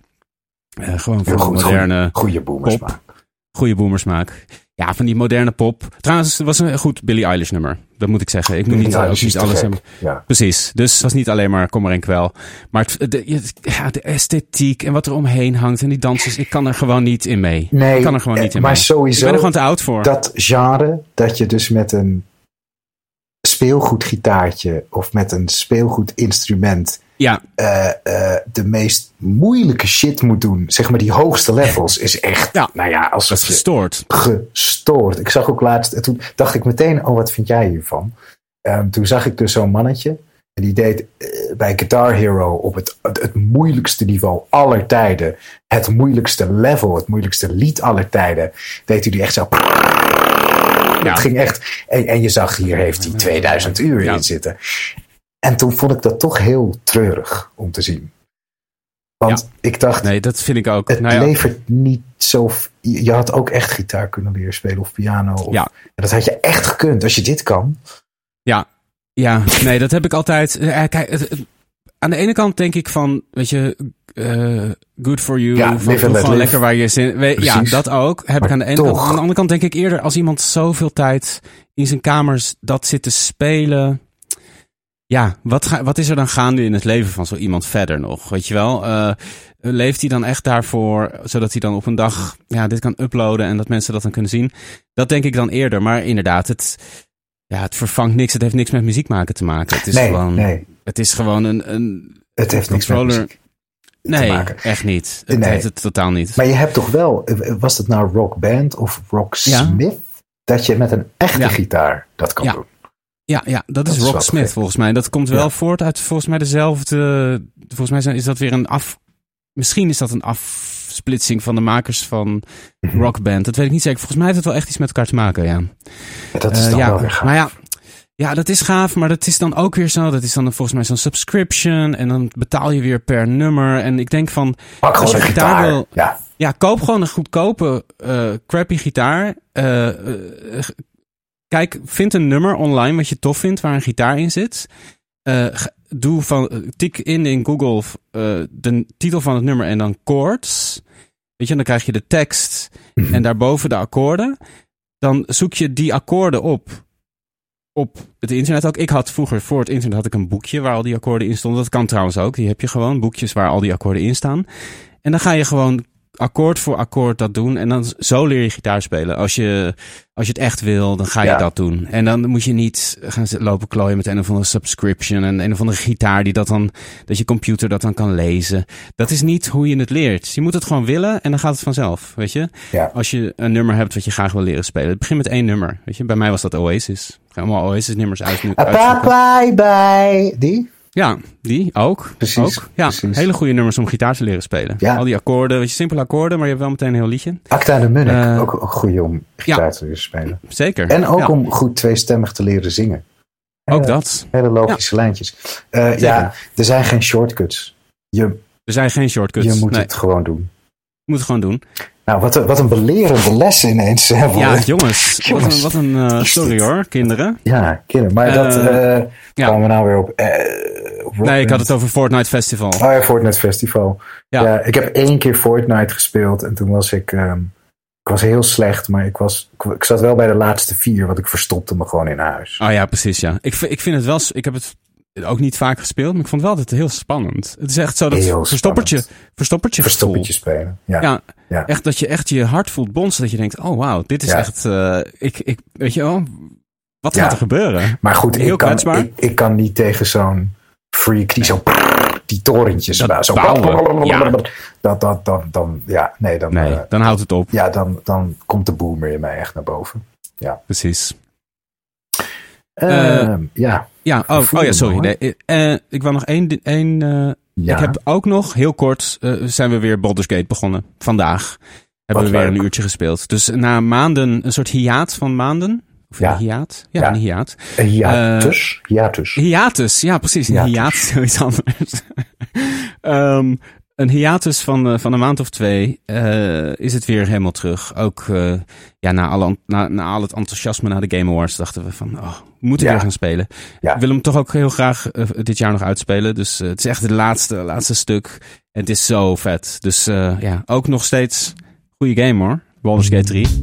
Uh, gewoon voor goed, moderne goede boomer smaak. Goede boomer smaak. Ja, van die moderne pop. Trouwens, het was een goed Billie Eilish nummer. Dat moet ik zeggen. Ik moet niet, ook niet alles hebben. Ja. Precies. Dus het was niet alleen maar kommer en kwel. Maar het, de, ja, de esthetiek en wat er omheen hangt en die dansers. Ik kan er gewoon niet in mee. Nee, ik kan er gewoon niet in maar mee. Sowieso ik ben er gewoon te oud voor. Dat genre dat je dus met een speelgoedgitaartje of met een speelgoedinstrument ja. uh, uh, de meest moeilijke shit moet doen. Zeg maar die hoogste levels is echt, ja. nou ja, als dat is gestoord. Gestoord. Ik zag ook laatst, en toen dacht ik meteen, oh wat vind jij hiervan? Um, toen zag ik dus zo'n mannetje en die deed uh, bij Guitar Hero op het, het, het moeilijkste niveau aller tijden, het moeilijkste level, het moeilijkste lied aller tijden, deed hij die echt zo. Ja. Het ging echt, en, en je zag hier heeft hij tweeduizend uur ja. in zitten. En toen vond ik dat toch heel treurig om te zien. Want ja. ik dacht, nee, dat vind ik ook. Het nou ja. levert niet zo. Je had ook echt gitaar kunnen leren spelen of piano. Of, ja. En dat had je echt gekund als je dit kan. Ja, ja, nee, dat heb ik altijd. Uh, kijk, het, het, aan de ene kant denk ik van, weet je, uh, good for you. Ja, van, van, van lekker waar je zin. We, ja, dat ook. Heb maar ik aan de ene toch. kant. Aan de andere kant denk ik eerder als iemand zoveel tijd in zijn kamers dat zit te spelen. Ja, wat, ga, wat is er dan gaande in het leven van zo iemand verder nog? Weet je wel? Uh, leeft hij dan echt daarvoor, zodat hij dan op een dag ja, dit kan uploaden en dat mensen dat dan kunnen zien? Dat denk ik dan eerder. Maar inderdaad, het, ja, het vervangt niks. Het heeft niks met muziek maken te maken. Het is nee, gewoon, nee. Het is gewoon een, een het heeft controller. Niks met muziek nee, te maken. Echt niet. Het nee. heeft het totaal niet. Maar je hebt toch wel, was het nou Rock Band of Rock Smith? Ja. Dat je met een echte ja. gitaar dat kan ja. doen. Ja, ja, dat, dat is Rock Smith gek. volgens mij. Dat komt wel ja. voort uit volgens mij dezelfde. Volgens mij is dat weer een af. Misschien is dat een afsplitsing van de makers van mm-hmm. Rock Band. Dat weet ik niet zeker. Volgens mij heeft het wel echt iets met elkaar te maken, ja. ja dat is dan uh, ja, wel weer gaaf. Maar ja, ja, dat is gaaf, maar dat is dan ook weer zo. Dat is dan volgens mij zo'n subscription en dan betaal je weer per nummer. En ik denk van, Pak als je gitaar wil, ja. ja, koop gewoon een goedkope uh, crappy gitaar. Uh, uh, Kijk, vind een nummer online wat je tof vindt waar een gitaar in zit. Uh, doe van, tik in in Google uh, de titel van het nummer en dan chords. Weet je, dan krijg je de tekst mm-hmm. en daarboven de akkoorden. Dan zoek je die akkoorden op op het internet ook. Ik had vroeger voor het internet had ik een boekje waar al die akkoorden in stonden. Dat kan trouwens ook. Die heb je gewoon, boekjes waar al die akkoorden in staan. En dan ga je gewoon akkoord voor akkoord dat doen. En dan zo leer je gitaar spelen. Als je, als je het echt wil, dan ga je ja. dat doen. En dan moet je niet gaan lopen klooien met een of andere subscription. En een of andere gitaar die dat dan, dat je computer dat dan kan lezen. Dat is niet hoe je het leert. Je moet het gewoon willen en dan gaat het vanzelf. Weet je? Ja. Als je een nummer hebt wat je graag wil leren spelen. Het begint met één nummer. Weet je? Bij mij was dat Oasis. Ik ga allemaal Oasis nummers uit. Bye bye bye. Die? Ja, die ook. Precies, ook. Ja, precies. Hele goede nummers om gitaar te leren spelen. Ja. Al die akkoorden, weet je, simpele akkoorden, maar je hebt wel meteen een heel liedje. Acta de Munnik, Uh, ook, ook goed om gitaar ja. te leren spelen. Zeker. En ook ja. om goed tweestemmig te leren zingen. Ook Hele, dat. Hele logische ja. lijntjes. Uh, ja, er zijn geen shortcuts. Je, er zijn geen shortcuts. Je moet nee. het gewoon doen. Je moet het gewoon doen. Nou, wat een, wat een belerende les ineens. Hè, ja, jongens. jongens. Wat een, wat een uh, sorry hoor, kinderen. Ja, kinderen. Maar uh, dat uh, ja. komen we nou weer op... Uh, op nee, ik had het over Fortnite Festival. Oh ja, Fortnite Festival. Ja. ja. Ik heb één keer Fortnite gespeeld en toen was ik... Um, ik was heel slecht, maar ik, was, ik zat wel bij de laatste vier, want ik verstopte me gewoon in huis. Oh ja, precies, ja. Ik, ik vind het wel... Ik heb het ook niet vaak gespeeld, maar ik vond het wel altijd heel spannend. Het is echt zo dat heel verstoppertje, verstoppertje Verstoppertje spelen, ja. Ja, ja. Echt dat je echt je hart voelt bonzen, dat je denkt, oh wauw, dit is ja. echt... Uh, ik, ik, weet je wel, wat ja. gaat er gebeuren? Maar goed, heel ik kan, ik, ik kan niet tegen zo'n freak die zo... die torentjes dat zo bouwen. Ja. Dat, dat, dan, dan, ja, nee, dan, nee, uh, dan houdt het op. Ja, dan, dan komt de boomer in mij echt naar boven. Ja, precies. Uh, uh, ja. Ja, oh, oh ja, sorry. Nee, uh, ik wou nog één. één uh, ja. Ik heb ook nog heel kort. Uh, zijn we weer Baldur's Gate begonnen. Vandaag hebben Wat we weer leuk. een uurtje gespeeld. Dus na maanden, een soort hiaat van maanden. Of ja. een hiaat? Ja, ja, een hiaat. Een hiatus. Uh, hiatus. Hiatus, ja, precies. Een hiatus, hiaat is zoiets anders. um, een hiatus van, uh, van een maand of twee uh, is het weer helemaal terug. Ook uh, ja, na, alle, na, na al het enthousiasme na de Game Awards dachten we van, oh, we moeten ja. weer gaan spelen. Ja. Ik wil hem toch ook heel graag uh, dit jaar nog uitspelen. Dus uh, het is echt het laatste, laatste stuk. En het is zo vet. Dus uh, ja, ook nog steeds goede game hoor. Baldur's Gate drie.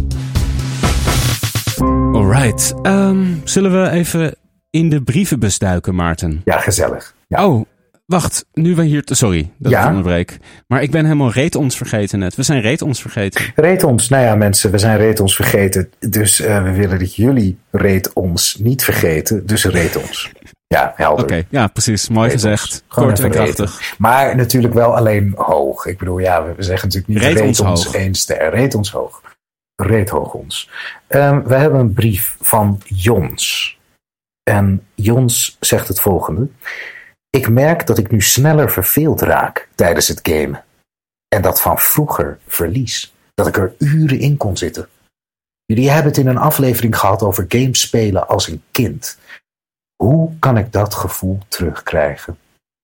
Alright. Um, zullen we even in de brievenbus duiken, Maarten? Ja, gezellig. Ja. Oh, wacht. Nu we hier... Te, sorry, dat ja. ik onderbreek. Maar ik ben helemaal reet ons vergeten net. We zijn reet ons vergeten. Reet ons. Nou ja, mensen, we zijn reet ons vergeten. Dus uh, we willen dat jullie reet ons niet vergeten. Dus reet ons. Ja, helder. Oké, okay, ja, precies. Mooi reet gezegd. Kort en krachtig. Maar natuurlijk wel alleen hoog. Ik bedoel, ja, we zeggen natuurlijk niet reet, reet ons, ons één ster. Reet ons hoog. Reet hoog ons. Um, we hebben een brief van Jons. En Jons zegt het volgende. Ik merk dat ik nu sneller verveeld raak tijdens het gamen. En dat van vroeger verlies. Dat ik er uren in kon zitten. Jullie hebben het in een aflevering gehad over games spelen als een kind. Hoe kan ik dat gevoel terugkrijgen?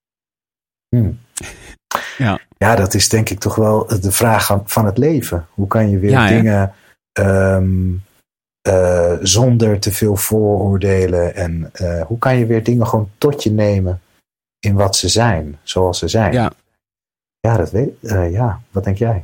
Hmm. Ja. ja, dat is denk ik toch wel de vraag van het leven. Hoe kan je weer ja, dingen um, uh, zonder te veel vooroordelen en uh, hoe kan je weer dingen gewoon tot je nemen in wat ze zijn, zoals ze zijn? Ja, ja dat weet uh, ja, wat denk jij?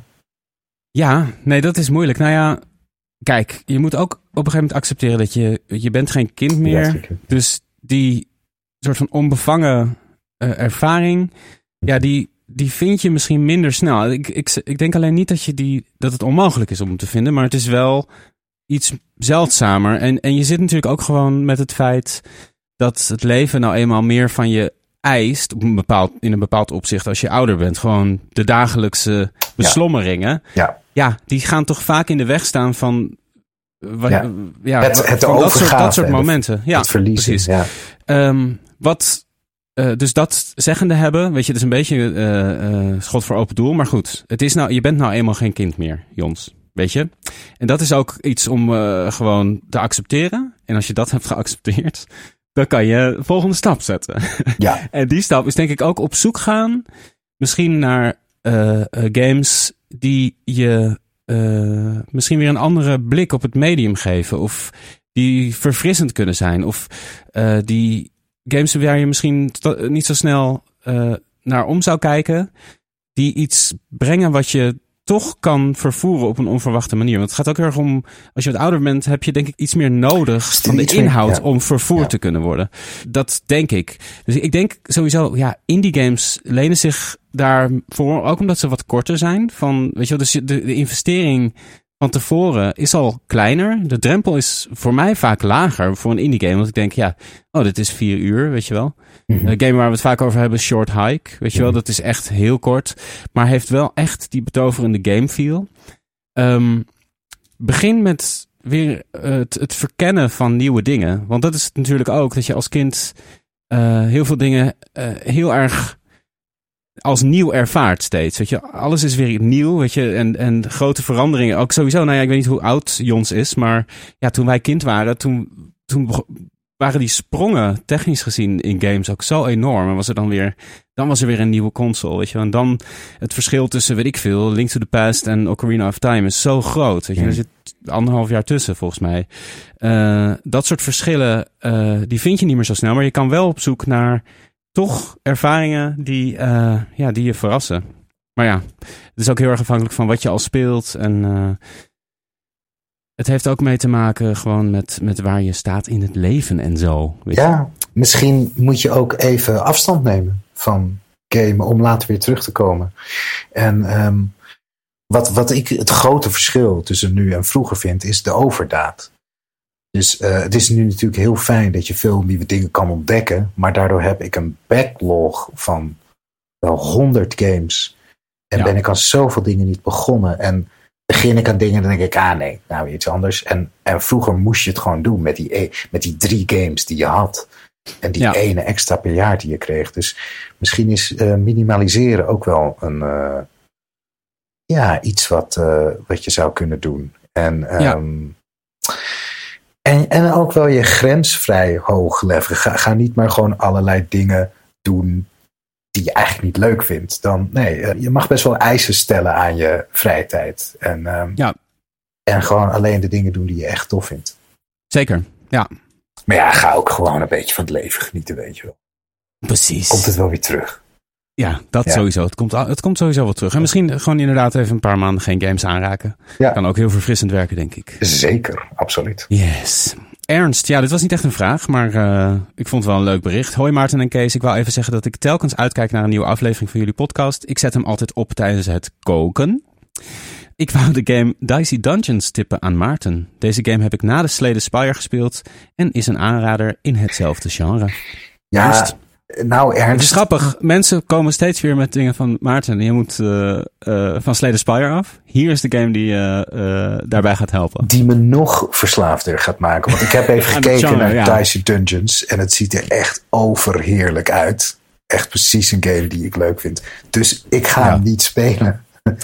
Ja, nee, dat is moeilijk. Nou ja, kijk, je moet ook op een gegeven moment accepteren dat je, je bent geen kind meer. Ja, dus die soort van onbevangen uh, ervaring, ja, die, die vind je misschien minder snel. Ik, ik, ik denk alleen niet dat, je die, dat het onmogelijk is om hem te vinden, maar het is wel iets zeldzamer. En, en je zit natuurlijk ook gewoon met het feit dat het leven nou eenmaal meer van je eist, op een bepaald, in een bepaald opzicht als je ouder bent. Gewoon de dagelijkse beslommeringen. Ja. Ja, die gaan toch vaak in de weg staan van, wa, ja. Ja, het, het van dat soort, dat soort momenten. Ja, het verliezen. Precies. Ja. Um, wat... Uh, dus dat zeggende hebben, weet je, het is een beetje uh, uh, schot voor open doel. Maar goed, het is nou, je bent nou eenmaal geen kind meer, Jons. Weet je? En dat is ook iets om uh, gewoon te accepteren. En als je dat hebt geaccepteerd, dan kan je de volgende stap zetten. Ja. En die stap is denk ik ook op zoek gaan, misschien naar uh, uh, games die je uh, misschien weer een andere blik op het medium geven. Of die verfrissend kunnen zijn. Of uh, die games waar je misschien to- niet zo snel uh, naar om zou kijken, die iets brengen wat je toch kan vervoeren op een onverwachte manier. Want het gaat ook heel erg om, als je wat ouder bent, heb je denk ik iets meer nodig van de inhoud meer, ja. om vervoerd ja. te kunnen worden. Dat denk ik. Dus ik denk sowieso, ja, indie games lenen zich daarvoor, ook omdat ze wat korter zijn. Van, weet je wel, dus de, de investering van tevoren is al kleiner. De drempel is voor mij vaak lager voor een indie game. Want ik denk, ja, oh, dit is vier uur, weet je wel. Mm-hmm. Een game waar we het vaak over hebben, Short Hike. Weet je mm-hmm. wel, dat is echt heel kort. Maar heeft wel echt die betoverende game feel. Um, begin met weer uh, het, het verkennen van nieuwe dingen. Want dat is het natuurlijk ook, dat je als kind uh, heel veel dingen uh, heel erg als nieuw ervaart steeds. Weet je, alles is weer nieuw, weet je, en, en grote veranderingen. Ook sowieso, nou ja, ik weet niet hoe oud Jons is, maar ja, toen wij kind waren, toen, toen waren die sprongen technisch gezien in games ook zo enorm. En was er dan weer, dan was er weer een nieuwe console, weet je. En dan het verschil tussen, weet ik veel, Link to the Past en Ocarina of Time is zo groot, weet je. Er zit anderhalf jaar tussen, volgens mij. Uh, dat soort verschillen, uh, die vind je niet meer zo snel, maar je kan wel op zoek naar toch ervaringen die, uh, ja, die je verrassen. Maar ja, het is ook heel erg afhankelijk van wat je al speelt. En uh, het heeft ook mee te maken gewoon met, met waar je staat in het leven en zo. Weet ja, je? Misschien moet je ook even afstand nemen van gamen om later weer terug te komen. En um, wat, wat ik het grote verschil tussen nu en vroeger vind, is de overdaad. Dus uh, het is nu natuurlijk heel fijn dat je veel nieuwe dingen kan ontdekken. Maar daardoor heb ik een backlog van wel honderd games. En ja. ben ik aan zoveel dingen niet begonnen. En begin ik aan dingen, dan denk ik, ah nee, nou iets anders. En, en vroeger moest je het gewoon doen met die, met die drie games die je had. En die ja. ene extra per jaar die je kreeg. Dus misschien is uh, minimaliseren ook wel een, uh, ja, iets wat, uh, wat je zou kunnen doen. En... Um, ja. En, en ook wel je grens vrij hoog leggen. Ga, ga niet maar gewoon allerlei dingen doen die je eigenlijk niet leuk vindt. Dan, nee, je mag best wel eisen stellen aan je vrije tijd. En, um, ja. en gewoon alleen de dingen doen die je echt tof vindt. Zeker, ja. Maar ja, ga ook gewoon een beetje van het leven genieten, weet je wel. Precies. Komt het wel weer terug. Ja, dat ja. sowieso. Het komt, het komt sowieso wel terug. En misschien gewoon inderdaad even een paar maanden geen games aanraken. Ja. Kan ook heel verfrissend werken, denk ik. Zeker, absoluut. Yes. Ernst, ja, dit was niet echt een vraag, maar uh, ik vond het wel een leuk bericht. Hoi Maarten en Kees, ik wou even zeggen dat ik telkens uitkijk naar een nieuwe aflevering van jullie podcast. Ik zet hem altijd op tijdens het koken. Ik wou de game Dicey Dungeons tippen aan Maarten. Deze game heb ik na de Slay the Spire gespeeld en is een aanrader in hetzelfde genre. Ja, Just. Nou, Ernst. Het is grappig. Mensen komen steeds weer met dingen van Maarten. Je moet uh, uh, van Slay the Spire af. Hier is de game die uh, uh, daarbij gaat helpen. Die me nog verslaafder gaat maken. Want ik heb even gekeken genre, naar ja. Dicey Dungeons. En het ziet er echt overheerlijk uit. Echt precies een game die ik leuk vind. Dus ik ga ja. hem niet spelen.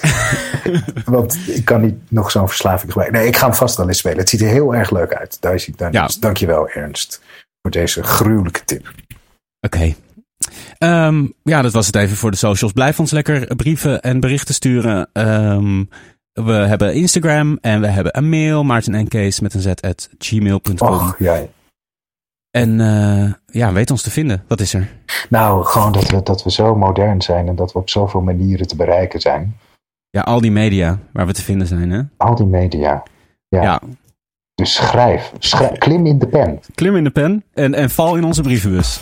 Want ik kan niet nog zo'n verslaving gebruiken. Nee, ik ga hem vast wel eens spelen. Het ziet er heel erg leuk uit. Dicey Dungeons. Ja. Dankjewel, Ernst. Voor deze gruwelijke tip. Oké. Okay. Um, ja, dat was het even voor de socials. Blijf ons lekker brieven en berichten sturen. Um, we hebben Instagram en we hebben een mail. Maarten en Kees met een z at gmail punt com. Och, jij. En uh, ja, weet ons te vinden. Wat is er? Nou, gewoon dat we, dat we zo modern zijn en dat we op zoveel manieren te bereiken zijn. Ja, al die media waar we te vinden zijn, hè? Al die media, ja. ja. Dus schrijf. schrijf. Klim in de pen. Klim in de pen en, en val in onze brievenbus.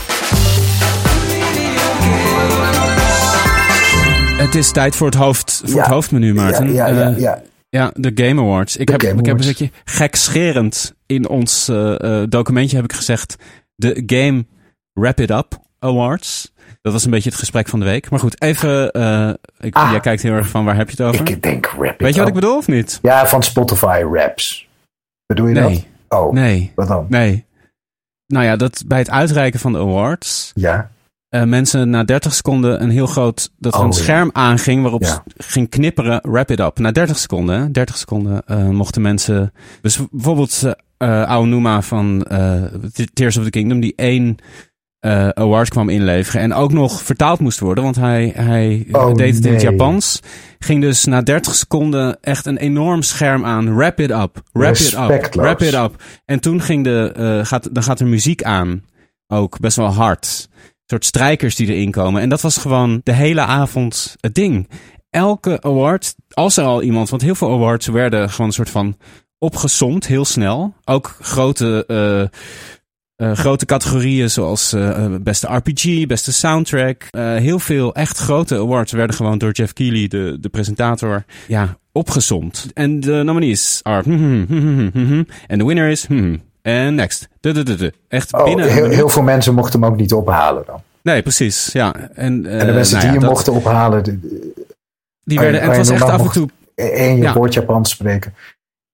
Het is tijd voor het, hoofd, voor ja. het hoofdmenu, Maarten. Ja, ja, ja, ja. Uh, ja de Game Awards. Ik, de heb, Game ik Awards. heb een stukje gekscherend in ons uh, uh, documentje heb ik gezegd de Game Wrap It Up Awards. Dat was een beetje het gesprek van de week. Maar goed, even... Uh, ik, ah, jij kijkt heel erg van waar heb je het over? Ik denk Wrap It Weet je wat up. ik bedoel of niet? Ja, van Spotify Raps. Bedoel je nee. dat? Oh, nee. Wat dan? Nee. Nou ja, dat bij het uitreiken van de awards... Ja. Uh, mensen na dertig seconden een heel groot... dat er oh, een scherm ja. aanging waarop ja. ging knipperen, wrap it up. Na dertig seconden, dertig seconden uh, mochten mensen... Dus bijvoorbeeld uh, Aonuma van uh, Tears of the Kingdom... die één uh, award kwam inleveren en ook nog vertaald moest worden... want hij, hij oh, deed het nee. in het Japans. Ging dus na dertig seconden echt een enorm scherm aan. Wrap it up, wrap it up, wrap it up. En toen ging de, uh, gaat, dan gaat er muziek aan. Ook best wel hard. Soort strijkers die erin komen. En dat was gewoon de hele avond het ding. Elke award, als er al iemand... want heel veel awards werden gewoon een soort van opgesomd, heel snel. Ook grote, uh, uh, grote categorieën zoals uh, beste R P G, beste soundtrack. Uh, heel veel echt grote awards werden gewoon door Jeff Keighley, de, de presentator, ja, opgesomd. En de nominees are... En de winner is... En next. Du, du, du, du. Echt oh, binnen heel, heel veel mensen mochten hem ook niet ophalen dan. Nee, precies. Ja. En, uh, en de mensen nou die ja, hem dat, mochten ophalen... Die werden, en het was echt af en toe... En je ja. woord Japans spreken.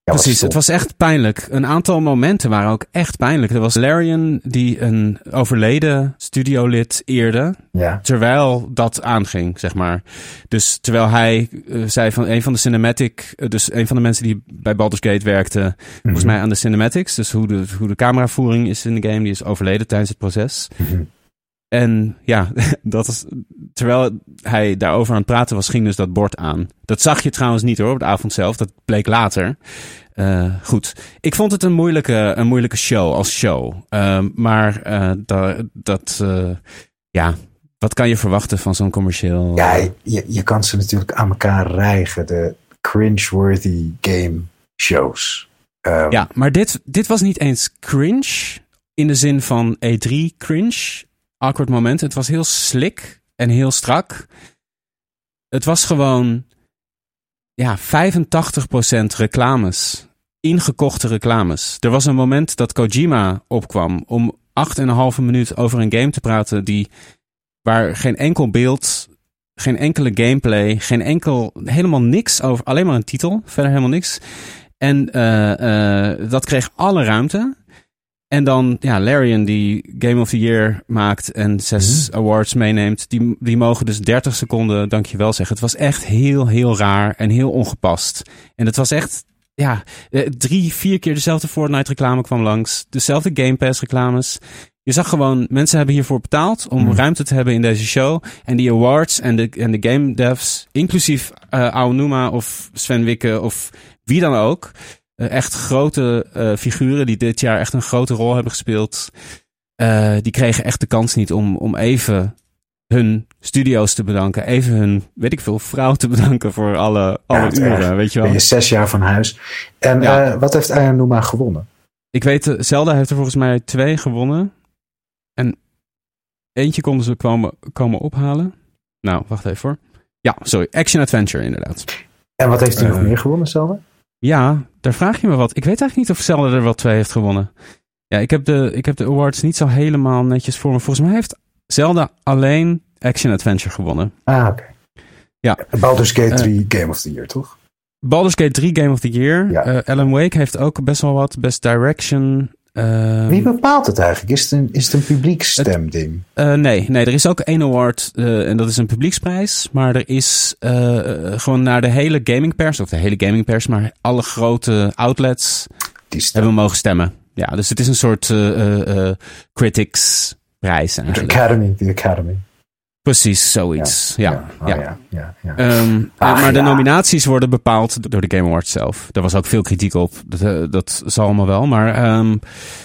Ja, precies, het was echt pijnlijk. Een aantal momenten waren ook echt pijnlijk. Er was Larian die een overleden studiolid eerde, ja. terwijl dat aanging, zeg maar. Dus terwijl hij uh, zei van een van de cinematic, uh, dus een van de mensen die bij Baldur's Gate werkte, mm-hmm. volgens mij aan de cinematics, dus hoe de, hoe de cameravoering is in de game, die is overleden tijdens het proces. Mm-hmm. En ja, dat is, terwijl hij daarover aan het praten was, ging dus dat bord aan. Dat zag je trouwens niet hoor, op de avond zelf. Dat bleek later. Uh, goed, ik vond het een moeilijke, een moeilijke show als show. Uh, maar uh, da, dat, uh, ja, wat kan je verwachten van zo'n commercieel? Ja, je, je kan ze natuurlijk aan elkaar rijgen. De cringe-worthy game shows. Um, ja, maar dit, dit was niet eens cringe in de zin van E drie cringe. Awkward momenten. Het was heel slick en heel strak. Het was gewoon ja, vijfentachtig procent reclames. Ingekochte reclames. Er was een moment dat Kojima opkwam om acht en een halve minuut over een game te praten die waar geen enkel beeld, geen enkele gameplay, geen enkel, helemaal niks over, alleen maar een titel, verder helemaal niks. En uh, uh, dat kreeg alle ruimte. En dan, ja, Larian die Game of the Year maakt en zes mm-hmm. awards meeneemt, die, die mogen dus dertig seconden dankjewel zeggen. Het was echt heel, heel raar en heel ongepast. En het was echt, ja, drie, vier keer dezelfde Fortnite reclame kwam langs. Dezelfde Game Pass reclames. Je zag gewoon, mensen hebben hiervoor betaald om mm. ruimte te hebben in deze show. En die awards en de, en de game devs, inclusief uh, Aonuma of Sven Wikke of wie dan ook. Uh, echt grote uh, figuren die dit jaar echt een grote rol hebben gespeeld. Uh, die kregen echt de kans niet om, om even hun studio's te bedanken. Even hun, weet ik veel, vrouw te bedanken voor alle, alle ja, uren. Echt. Weet je wel. Ben je zes jaar van huis. En ja. uh, wat heeft Aonuma gewonnen? Ik weet, uh, Zelda heeft er volgens mij twee gewonnen. En eentje konden ze komen, komen ophalen. Nou, wacht even hoor. Ja, sorry. Action Adventure inderdaad. En wat heeft hij uh, nog meer gewonnen, Zelda? Ja, daar vraag je me wat. Ik weet eigenlijk niet of Zelda er wel twee heeft gewonnen. Ja, ik heb de, ik heb de awards niet zo helemaal netjes voor me. Volgens mij heeft Zelda alleen Action Adventure gewonnen. Ah, oké. Okay. Ja. Baldur's Gate drie uh, Game of the Year, toch? Baldur's Gate drie Game of the Year. Ja. Uh, Alan Wake heeft ook best wel wat. Best Direction. Uh, Wie bepaalt het eigenlijk? Is het een, is het een publieksstemding? Uh, nee, nee, er is ook één award uh, en dat is een publieksprijs. Maar er is uh, gewoon naar de hele gamingpers, of de hele gamingpers, maar alle grote outlets hebben mogen stemmen. Ja, dus het is een soort uh, uh, criticsprijs eigenlijk. De Academy, de Academy. Precies, zoiets. Ja, ja. ja. Oh, ja. ja, ja, ja. Um, Ach, maar de ja. nominaties worden bepaald door de Game Awards zelf. Daar was ook veel kritiek op. Dat, uh, dat zal allemaal wel. Maar um,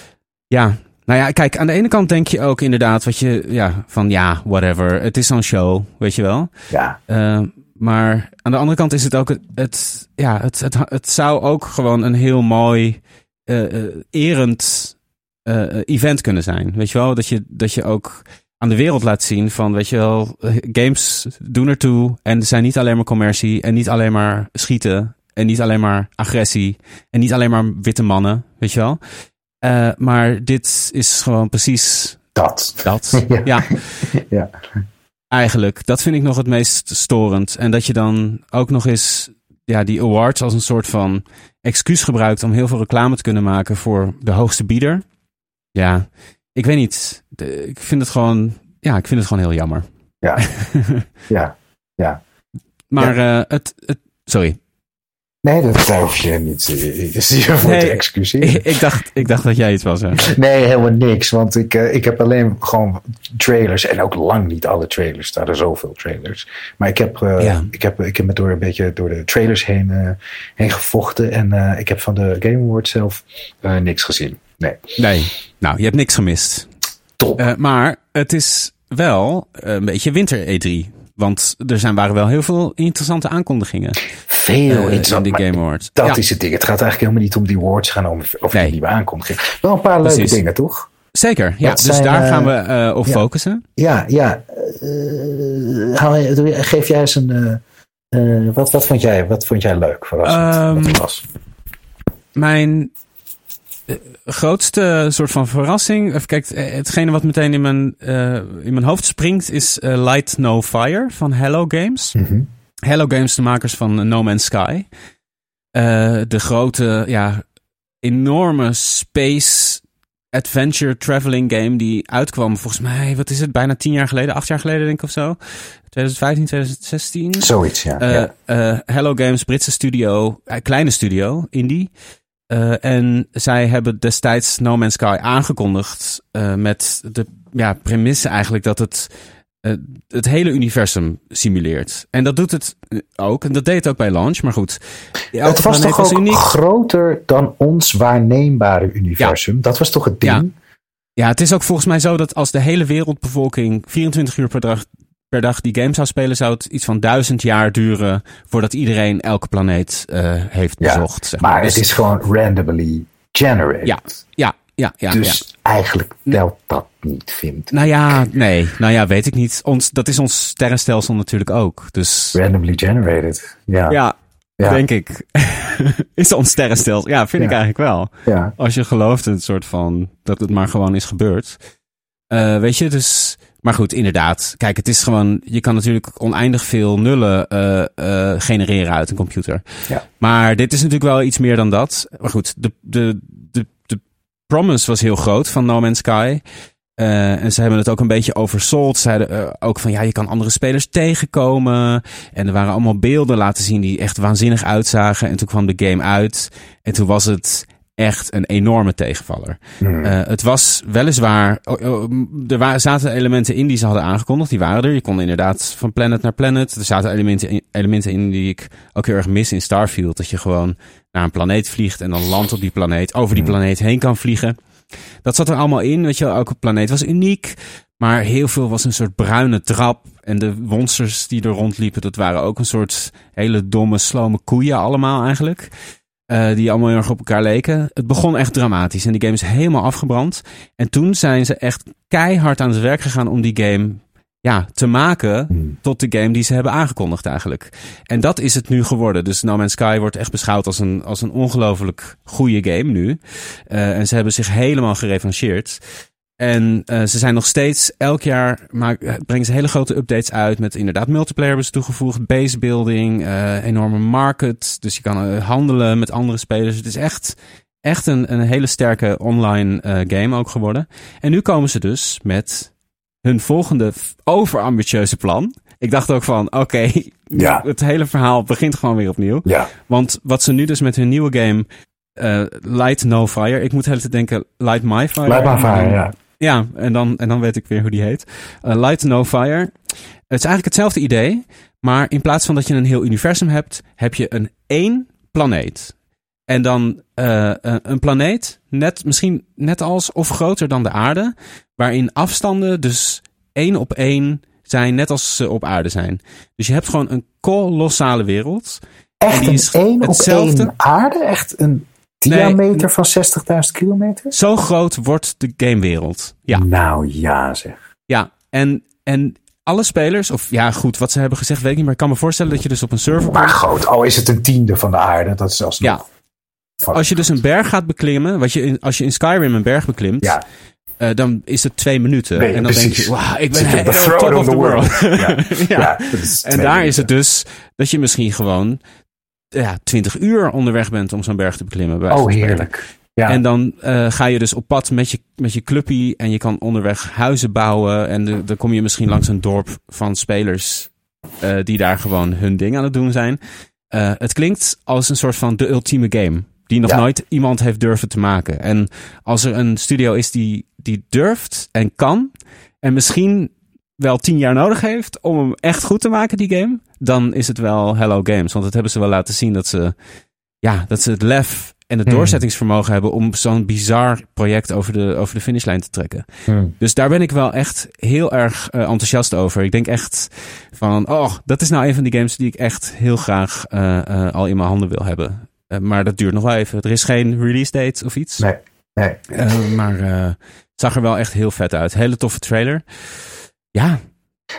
ja, nou ja, kijk, aan de ene kant denk je ook inderdaad wat je, ja, van ja, whatever. Het is zo'n show, weet je wel. Ja. Uh, maar aan de andere kant is het ook, het, het ja, het, het, het zou ook gewoon een heel mooi, uh, uh, erend uh, event kunnen zijn. Weet je wel, dat je, dat je ook aan de wereld laat zien van, weet je wel, games doen ertoe en zijn niet alleen maar commercie en niet alleen maar schieten en niet alleen maar agressie en niet alleen maar witte mannen, weet je wel. Uh, maar dit is gewoon precies dat. Dat, ja. ja. ja. Eigenlijk, dat vind ik nog het meest storend. En dat je dan ook nog eens ja, die awards als een soort van excuus gebruikt om heel veel reclame te kunnen maken voor de hoogste bieder. Ja, ik weet niet. De, ik vind het gewoon, ja, ik vind het gewoon heel jammer. Ja, ja, ja. Maar ja. Uh, het, het, sorry. Nee, dat hoef je niet uh, voor nee, te excuseren. Ik, ik, dacht, ik dacht dat jij iets was. Hè? Nee, helemaal niks. Want ik, uh, ik heb alleen gewoon trailers. En ook lang niet alle trailers. Er staan zoveel trailers. Maar ik heb, uh, ja. ik heb, ik heb me door een beetje door de trailers heen, uh, heen gevochten. En uh, ik heb van de Game Awards zelf uh, niks gezien. Nee. Nee. Nou, je hebt niks gemist. Top. Uh, maar het is wel een beetje winter E drie. Want er zijn, waren wel heel veel interessante aankondigingen. Veel uh, interessant. In de Game Awards. Dat ja. is het ding. Het gaat eigenlijk helemaal niet om die awards gaan om, of nee. die nieuwe aankondigingen. Wel een paar Precies. leuke dingen, toch? Zeker, ja. Dat dus zijn, daar uh, gaan we uh, op ja. focussen. Ja, ja. Uh, geef jij eens een... Uh, uh, wat, wat, vond jij, wat vond jij leuk? Verrassend. Um, wat was? Mijn grootste soort van verrassing. Even kijken, hetgene wat meteen in mijn, uh, in mijn hoofd springt is uh, Light No Fire van Hello Games. Mm-hmm. Hello Games, de makers van No Man's Sky. uh, de grote, ja, enorme space adventure traveling game die uitkwam. Volgens mij, wat is het, bijna tien jaar geleden, acht jaar geleden denk ik of zo. twintig vijftien, twintig zestien. Zoiets, ja. Uh, ja. Uh, Hello Games, Britse studio, uh, kleine studio, indie. Uh, en zij hebben destijds No Man's Sky aangekondigd uh, met de ja, premisse eigenlijk dat het uh, het hele universum simuleert. En dat doet het ook. En dat deed het ook bij launch, maar goed. Het was toch was ook uniek. Groter dan ons waarneembare universum? Ja. Dat was toch het ding? Ja. ja, het is ook volgens mij zo dat als de hele wereldbevolking vierentwintig uur per dag per dag die game zou spelen, zou het iets van duizend jaar duren voordat iedereen elke planeet uh, heeft bezocht. Ja, zeg maar maar dus, het is gewoon randomly generated. Ja, ja, ja. ja dus ja. eigenlijk telt dat niet, vindt. Nou ja, nee. Nou ja, weet ik niet. Ons, dat is ons sterrenstelsel natuurlijk ook. Dus, randomly generated, ja. Ja, ja. denk ik. Is ons sterrenstelsel. Ja, vind ja. ik eigenlijk wel. Ja. Als je gelooft in het soort van dat het maar gewoon is gebeurd. Uh, weet je, dus... Maar goed, inderdaad. Kijk, het is gewoon... Je kan natuurlijk oneindig veel nullen uh, uh, genereren uit een computer. Ja. Maar dit is natuurlijk wel iets meer dan dat. Maar goed, de, de, de, de promise was heel groot van No Man's Sky. Uh, en ze hebben het ook een beetje oversold. Ze zeiden uh, ook van, ja, je kan andere spelers tegenkomen. En er waren allemaal beelden laten zien die echt waanzinnig uitzagen. En toen kwam de game uit. En toen was het... echt een enorme tegenvaller. Mm. Uh, het was weliswaar... Oh, oh, er waren, zaten elementen in die ze hadden aangekondigd. Die waren er. Je kon inderdaad van planet naar planet. Er zaten elementen in, elementen in die ik ook heel erg mis in Starfield. Dat je gewoon naar een planeet vliegt en dan landt op die planeet. Over die planeet heen kan vliegen. Dat zat er allemaal in. Weet je wel, elke planeet was uniek. Maar heel veel was een soort bruine trap. En de monsters die er rondliepen, dat waren ook een soort hele domme, slome koeien allemaal eigenlijk. Uh, die allemaal heel erg op elkaar leken. Het begon echt dramatisch en die game is helemaal afgebrand. En toen zijn ze echt keihard aan het werk gegaan om die game ja, te maken hmm. tot de game die ze hebben aangekondigd eigenlijk. En dat is het nu geworden. Dus No Man's Sky wordt echt beschouwd als een, als een ongelooflijk goede game nu. Uh, en ze hebben zich helemaal gerevancheerd. En uh, ze zijn nog steeds, elk jaar maak, brengen ze hele grote updates uit met inderdaad multiplayer hebben ze toegevoegd, base building, uh, enorme market. Dus je kan uh, handelen met andere spelers. Het is echt, echt een, een hele sterke online uh, game ook geworden. En nu komen ze dus met hun volgende overambitieuze plan. Ik dacht ook van, oké, okay, ja. het hele verhaal begint gewoon weer opnieuw. Ja. Want wat ze nu dus met hun nieuwe game, uh, Light No Fire. Ik moet heel te denken, Light My Fire. Light My Fire, ja. Ja, en dan, en dan weet ik weer hoe die heet. Uh, Light No Fire. Het is eigenlijk hetzelfde idee. Maar in plaats van dat je een heel universum hebt, heb je een één planeet. En dan uh, een planeet, net, misschien net als of groter dan de aarde. Waarin afstanden dus één op één zijn, net als ze op aarde zijn. Dus je hebt gewoon een kolossale wereld. Echt en die is een één op één aarde? Echt een... diameter nee, van zestigduizend kilometer? Zo groot wordt de gamewereld. Ja. Nou ja zeg. Ja, en, en alle spelers, of ja goed, wat ze hebben gezegd weet ik niet, maar ik kan me voorstellen dat je dus op een server... Maar groot, al is het een tiende van de aarde, dat is zelfs ja. nog... Als je dus een berg gaat beklimmen, wat je in, als je in Skyrim een berg beklimt, ja. uh, dan is het twee minuten. Nee, en dan precies. denk je, wauw, ik ben helemaal top of the world. world. Ja. ja. ja en daar minuten. Is het dus dat je misschien gewoon... ja, twintig uur onderweg bent om zo'n berg te beklimmen. Oh, heerlijk. Ja. En dan uh, ga je dus op pad met je, met je clubpie en je kan onderweg huizen bouwen. En de, dan kom je misschien langs een dorp van spelers uh, die daar gewoon hun ding aan het doen zijn. Uh, het klinkt als een soort van de ultieme game die nog ja. nooit iemand heeft durven te maken. En als er een studio is die, die durft en kan en misschien wel tien jaar nodig heeft om hem echt goed te maken, die game, dan is het wel Hello Games. Want dat hebben ze wel laten zien dat ze, ja, dat ze het lef en het doorzettingsvermogen hmm. hebben om zo'n bizar project over de, over de finishlijn te trekken. Hmm. Dus daar ben ik wel echt heel erg uh, enthousiast over. Ik denk echt van, oh, dat is nou een van die games die ik echt heel graag uh, uh, al in mijn handen wil hebben. Uh, maar dat duurt nog wel even. Er is geen release date of iets. Nee, nee. Uh, maar uh, het zag er wel echt heel vet uit. Hele toffe trailer. Ja.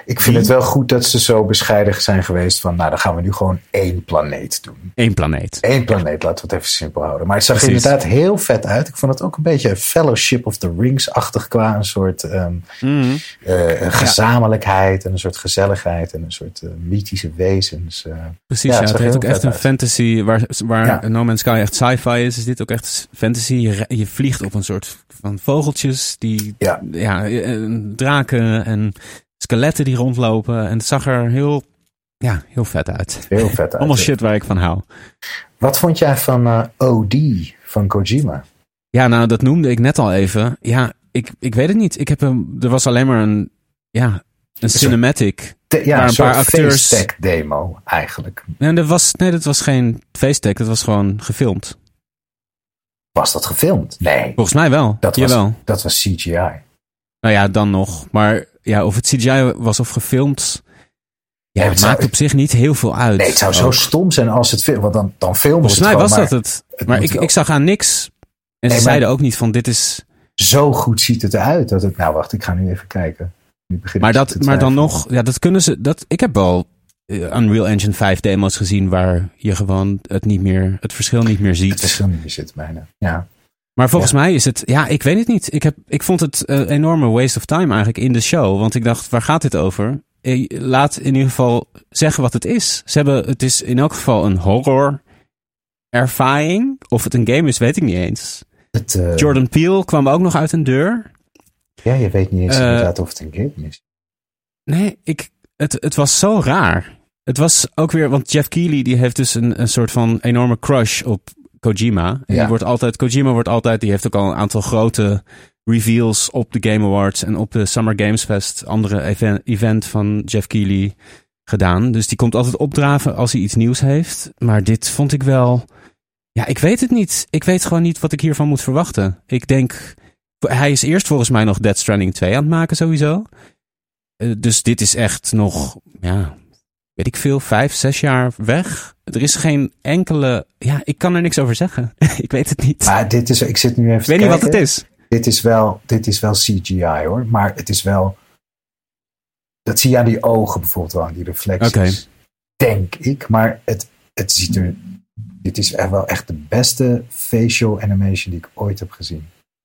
Ik vind het wel goed dat ze zo bescheiden zijn geweest van, nou, dan gaan we nu gewoon één planeet doen. Eén planeet. Eén planeet, laten we het even simpel houden. Maar het zag Precies. inderdaad heel vet uit. Ik vond het ook een beetje Fellowship of the Rings-achtig qua een soort um, mm-hmm. uh, gezamenlijkheid en een soort gezelligheid en een soort uh, mythische wezens. Uh, Precies, ja, ja, het, het heeft ook echt een uit. fantasy, waar, waar ja. No Man's Sky echt sci-fi is, is dit ook echt fantasy. Je, je vliegt op een soort van vogeltjes, die ja. Ja, draken en skeletten die rondlopen. En het zag er heel, ja, heel vet uit. Heel vet uit. Allemaal shit waar ik van hou. Wat vond jij van uh, O D van Kojima? Ja, nou, dat noemde ik net al even. Ja, ik, ik weet het niet. Ik heb een, er was alleen maar een, ja, een cinematic. De, ja, een paar acteurs. Face-tech demo eigenlijk. Nee, dat was, nee, dat was geen face-tech. Dat was gewoon gefilmd. Was dat gefilmd? Nee. Volgens mij wel. Dat was, Jawel. Dat was C G I. Nou ja, dan nog. Maar ja, of het C G I was of gefilmd, ja, het, het maakt zou, op zich niet heel veel uit. Nee, het zou ook zo stom zijn als het film, want dan, dan filmen ze het gewoon. Volgens mij was dat het. het maar ik, ik zag aan niks. En nee, ze zeiden ook niet van, dit is... Zo goed ziet het eruit. Dat het, nou, wacht, ik ga nu even kijken. Nu begin maar dat, maar dan nog, ja, dat kunnen ze... Dat, ik heb wel Unreal Engine vijf demo's gezien waar je gewoon het niet meer, het verschil niet meer ziet. Het verschil niet meer zit bijna, ja. Maar volgens ja. mij is het, ja, ik weet het niet. Ik, heb, ik vond het een enorme waste of time eigenlijk in de show. Want ik dacht, waar gaat dit over? Laat in ieder geval zeggen wat het is. Ze hebben, het is in elk geval een horror ervaring. Of het een game is, weet ik niet eens. Het, uh... Jordan Peele kwam ook nog uit een deur. Ja, je weet niet eens uh, inderdaad of het een game is. Nee, ik, het, het was zo raar. Het was ook weer, want Jeff Keighley die heeft dus een, een soort van enorme crush op Kojima. En ja. die wordt altijd, Kojima wordt altijd, die heeft ook al een aantal grote reveals op de Game Awards en op de Summer Games Fest, andere event, event van Jeff Keighley gedaan. Dus die komt altijd opdraven als hij iets nieuws heeft. Maar dit vond ik wel, ja, ik weet het niet. Ik weet gewoon niet wat ik hiervan moet verwachten. Ik denk, hij is eerst volgens mij nog Death Stranding twee aan het maken sowieso. Uh, dus dit is echt nog, ja, weet ik veel, vijf, zes jaar weg. Er is geen enkele, ja, ik kan er niks over zeggen. Ik weet het niet. Maar dit is, ik zit nu even ik weet niet wat het is. Dit is wel, dit is wel C G I hoor, maar het is wel, dat zie je aan die ogen bijvoorbeeld wel, aan die reflecties. Okay. Denk ik, maar het, het ziet er, dit is echt wel echt de beste facial animation die ik ooit heb gezien.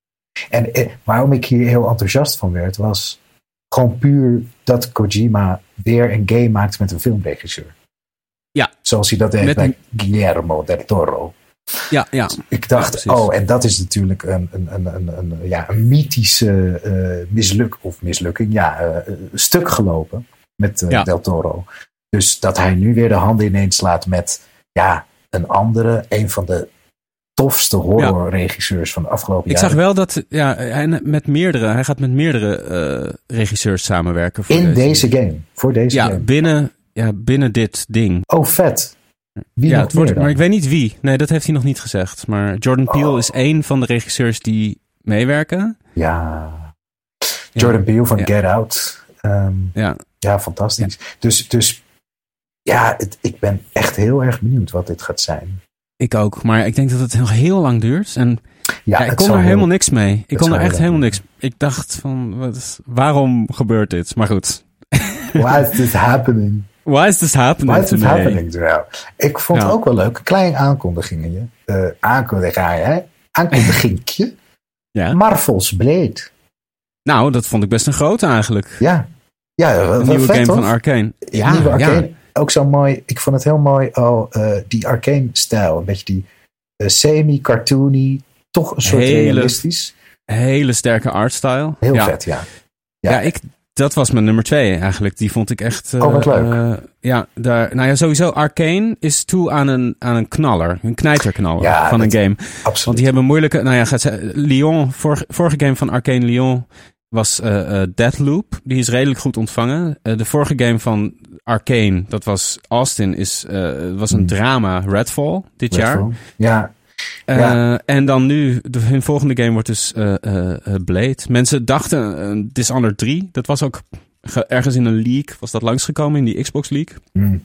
En eh, waarom ik hier heel enthousiast van werd, was gewoon puur dat Kojima weer een game maakt met een filmregisseur. Ja. Zoals hij dat deed met bij een... Guillermo del Toro. Ja, ja. Ik dacht, ja, oh, en dat is natuurlijk een, een, een, een, een, ja, een mythische uh, misluk, of mislukking, ja, uh, stuk gelopen met uh, ja. del Toro. Dus dat hij nu weer de handen ineens slaat met, ja, een andere, een van de tofste horrorregisseurs ja. van de afgelopen ik jaren. Ik zag wel dat, ja, hij, met meerdere, hij gaat met meerdere uh, regisseurs samenwerken. Voor In deze, deze game, voor deze ja, game. Binnen, ja, binnen dit ding. Oh, vet. Wie ja, het wordt, maar ik weet niet wie. Nee, dat heeft hij nog niet gezegd. Maar Jordan Peele oh. is één van de regisseurs die meewerken. Ja. Jordan ja. Peele van ja. Get Out. Um, ja. ja, fantastisch. Ja. Dus, dus ja, het, ik ben echt heel erg benieuwd wat dit gaat zijn. Ik ook, maar ik denk dat het nog heel lang duurt. En ja, ja, ik kon er heel, helemaal niks mee. Ik kon er echt helemaal niks. Ik dacht van, wat is, waarom gebeurt dit? Maar goed. Why is this happening? Why is this happening? Why is this happening to you? Ik vond ja. het ook wel leuk. Een klein aankondigingetje. Uh, aankondiging, hè? Aankondigingje. Ja. Marvel's Blade. Nou, dat vond ik best een grote eigenlijk. Ja. Ja, een nieuwe vet, game toch? van Arcane. Ja, nieuwe Arcane. Ja. Ook zo mooi. Ik vond het heel mooi. Oh, uh, die Arcane-stijl. Een beetje die uh, semi-cartoony. Toch een soort hele, realistisch. Hele sterke artstyle. Heel ja. vet, ja. Ja, ja ik... Dat was mijn nummer twee eigenlijk. Die vond ik echt... Uh, oh, wat leuk. Uh, ja, daar, nou ja, sowieso Arcane is toe aan een, aan een knaller. Een knijterknaller ja, van een game. Absoluut. Want die hebben moeilijke... Nou ja, gaat ze, Lyon, vorige, vorige game van Arcane Lyon was uh, uh, Deathloop. Die is redelijk goed ontvangen. Uh, de vorige game van Arcane, dat was Austin, is, uh, was een hmm. drama, Redfall, dit Redfall. jaar. Ja. Uh, ja. En dan nu, de, hun volgende game wordt dus uh, uh, Blade. Mensen dachten uh, Dishonored drie. Dat was ook ge- ergens in een leak. Was dat langsgekomen in die Xbox leak. Mm.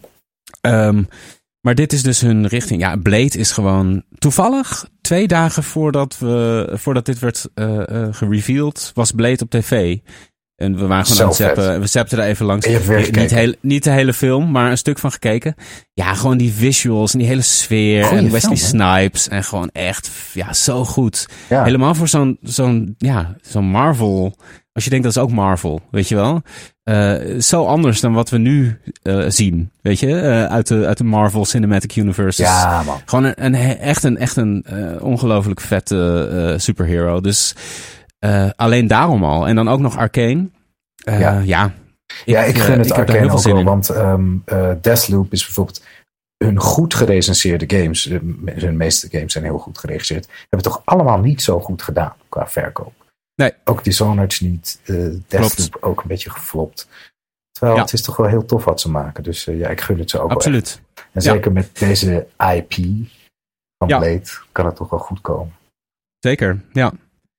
Um, maar dit is dus hun richting. Ja, Blade is gewoon toevallig twee dagen voordat, we, voordat dit werd uh, uh, gereveeld, was Blade op tv. En we waren gewoon aan het zappen. We zapten er even langs. Niet, heel, niet de hele film, maar een stuk van gekeken. Ja, gewoon die visuals en die hele sfeer. Goeie en Wesley film, Snipes. En gewoon echt, ja, zo goed. Ja. Helemaal voor zo'n, zo'n, ja, zo'n Marvel. Als je denkt, dat is ook Marvel, weet je wel. Uh, zo anders dan wat we nu uh, zien, weet je. Uh, uit, de, uit de Marvel Cinematic Universe. Ja, man. Gewoon een, een, echt een, echt een uh, ongelooflijk vette uh, superhero. Dus uh, alleen daarom al. En dan ook nog Arcane. Uh, ja. Ja ik, ja, ik gun uh, het ik Arcane ook wel. Want um, uh, Deathloop is bijvoorbeeld hun goed gerecenseerde games. Hun meeste games zijn heel goed gerecenseerd. Hebben toch allemaal niet zo goed gedaan qua verkoop. Nee. Ook Dishonored niet. Uh, Deathloop ook een beetje geflopt. Terwijl ja. het is toch wel heel tof wat ze maken. Dus uh, ja, ik gun het ze ook Absoluut. wel. En zeker ja. met deze I P van ja. Blade kan het toch wel goed komen. Zeker, ja.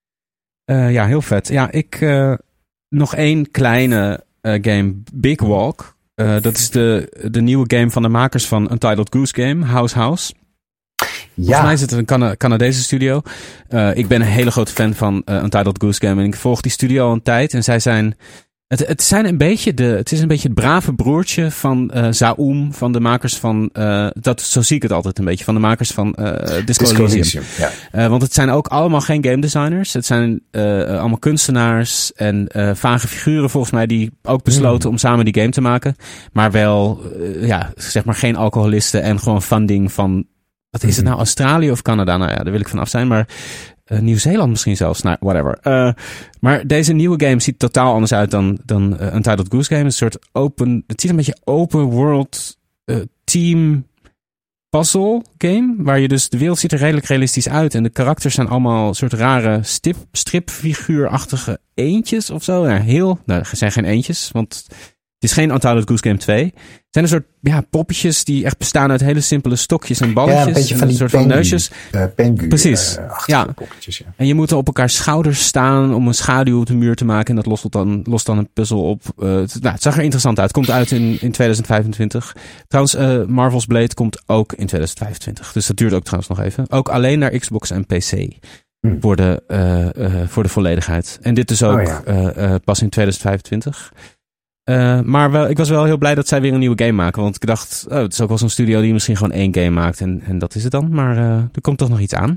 Uh, ja, heel vet. Ja, ik... Uh, nog één kleine uh, game. Big Walk. Uh, dat is de, de nieuwe game van de makers van Untitled Goose Game. House House. Ja. Volgens mij is het een Cana- Canadese studio. Uh, ik ben een hele grote fan van uh, Untitled Goose Game. En ik volg die studio al een tijd. En zij zijn... Het, het, zijn een beetje de, het is een beetje het brave broertje van uh, Zaum. Van de makers van... Uh, dat, zo zie ik het altijd een beetje. Van de makers van uh, Disco, Disco Elysium. Elysium ja. uh, want het zijn ook allemaal geen game designers. Het zijn uh, allemaal kunstenaars. En uh, vage figuren volgens mij. Die ook besloten mm. om samen die game te maken. Maar wel, uh, ja, zeg maar geen alcoholisten. En gewoon funding van... Wat is het nou? Australië of Canada? Nou ja, daar wil ik van af zijn. Maar uh, Nieuw-Zeeland misschien zelfs. Nou, whatever. Uh, maar deze nieuwe game ziet totaal anders uit dan, dan uh, Untitled Goose Game. Een soort open... Het ziet een beetje open world uh, team puzzle game. Waar je dus... De wereld ziet er redelijk realistisch uit. En de karakters zijn allemaal een soort rare stip, stripfiguurachtige eendjes of zo. Ja, heel... Nou, er zijn geen eendjes, want... Het is geen Untitled Goose Game twee. Het zijn een soort ja, poppetjes die echt bestaan uit hele simpele stokjes en balletjes. Ja, een beetje van een die soort pengu, van neusjes. Uh, pengu, Precies. Uh, ja. Poppetjes, ja. En je moet er op elkaar schouders staan om een schaduw op de muur te maken. En dat lost dan, lost dan een puzzel op. Uh, het, nou, het zag er interessant uit. Komt uit in, in tweeduizend vijfentwintig. Trouwens, uh, Marvel's Blade komt ook in tweeduizend vijfentwintig. Dus dat duurt ook trouwens nog even. Ook alleen naar Xbox en P C. Hmm. Voor, de, uh, uh, voor de volledigheid. En dit dus ook oh, ja. uh, uh, pas in tweeduizend vijfentwintig. Uh, maar wel, ik was wel heel blij dat zij weer een nieuwe game maken. Want ik dacht, oh, het is ook wel zo'n studio die misschien gewoon één game maakt. En, en dat is het dan. Maar uh, er komt toch nog iets aan.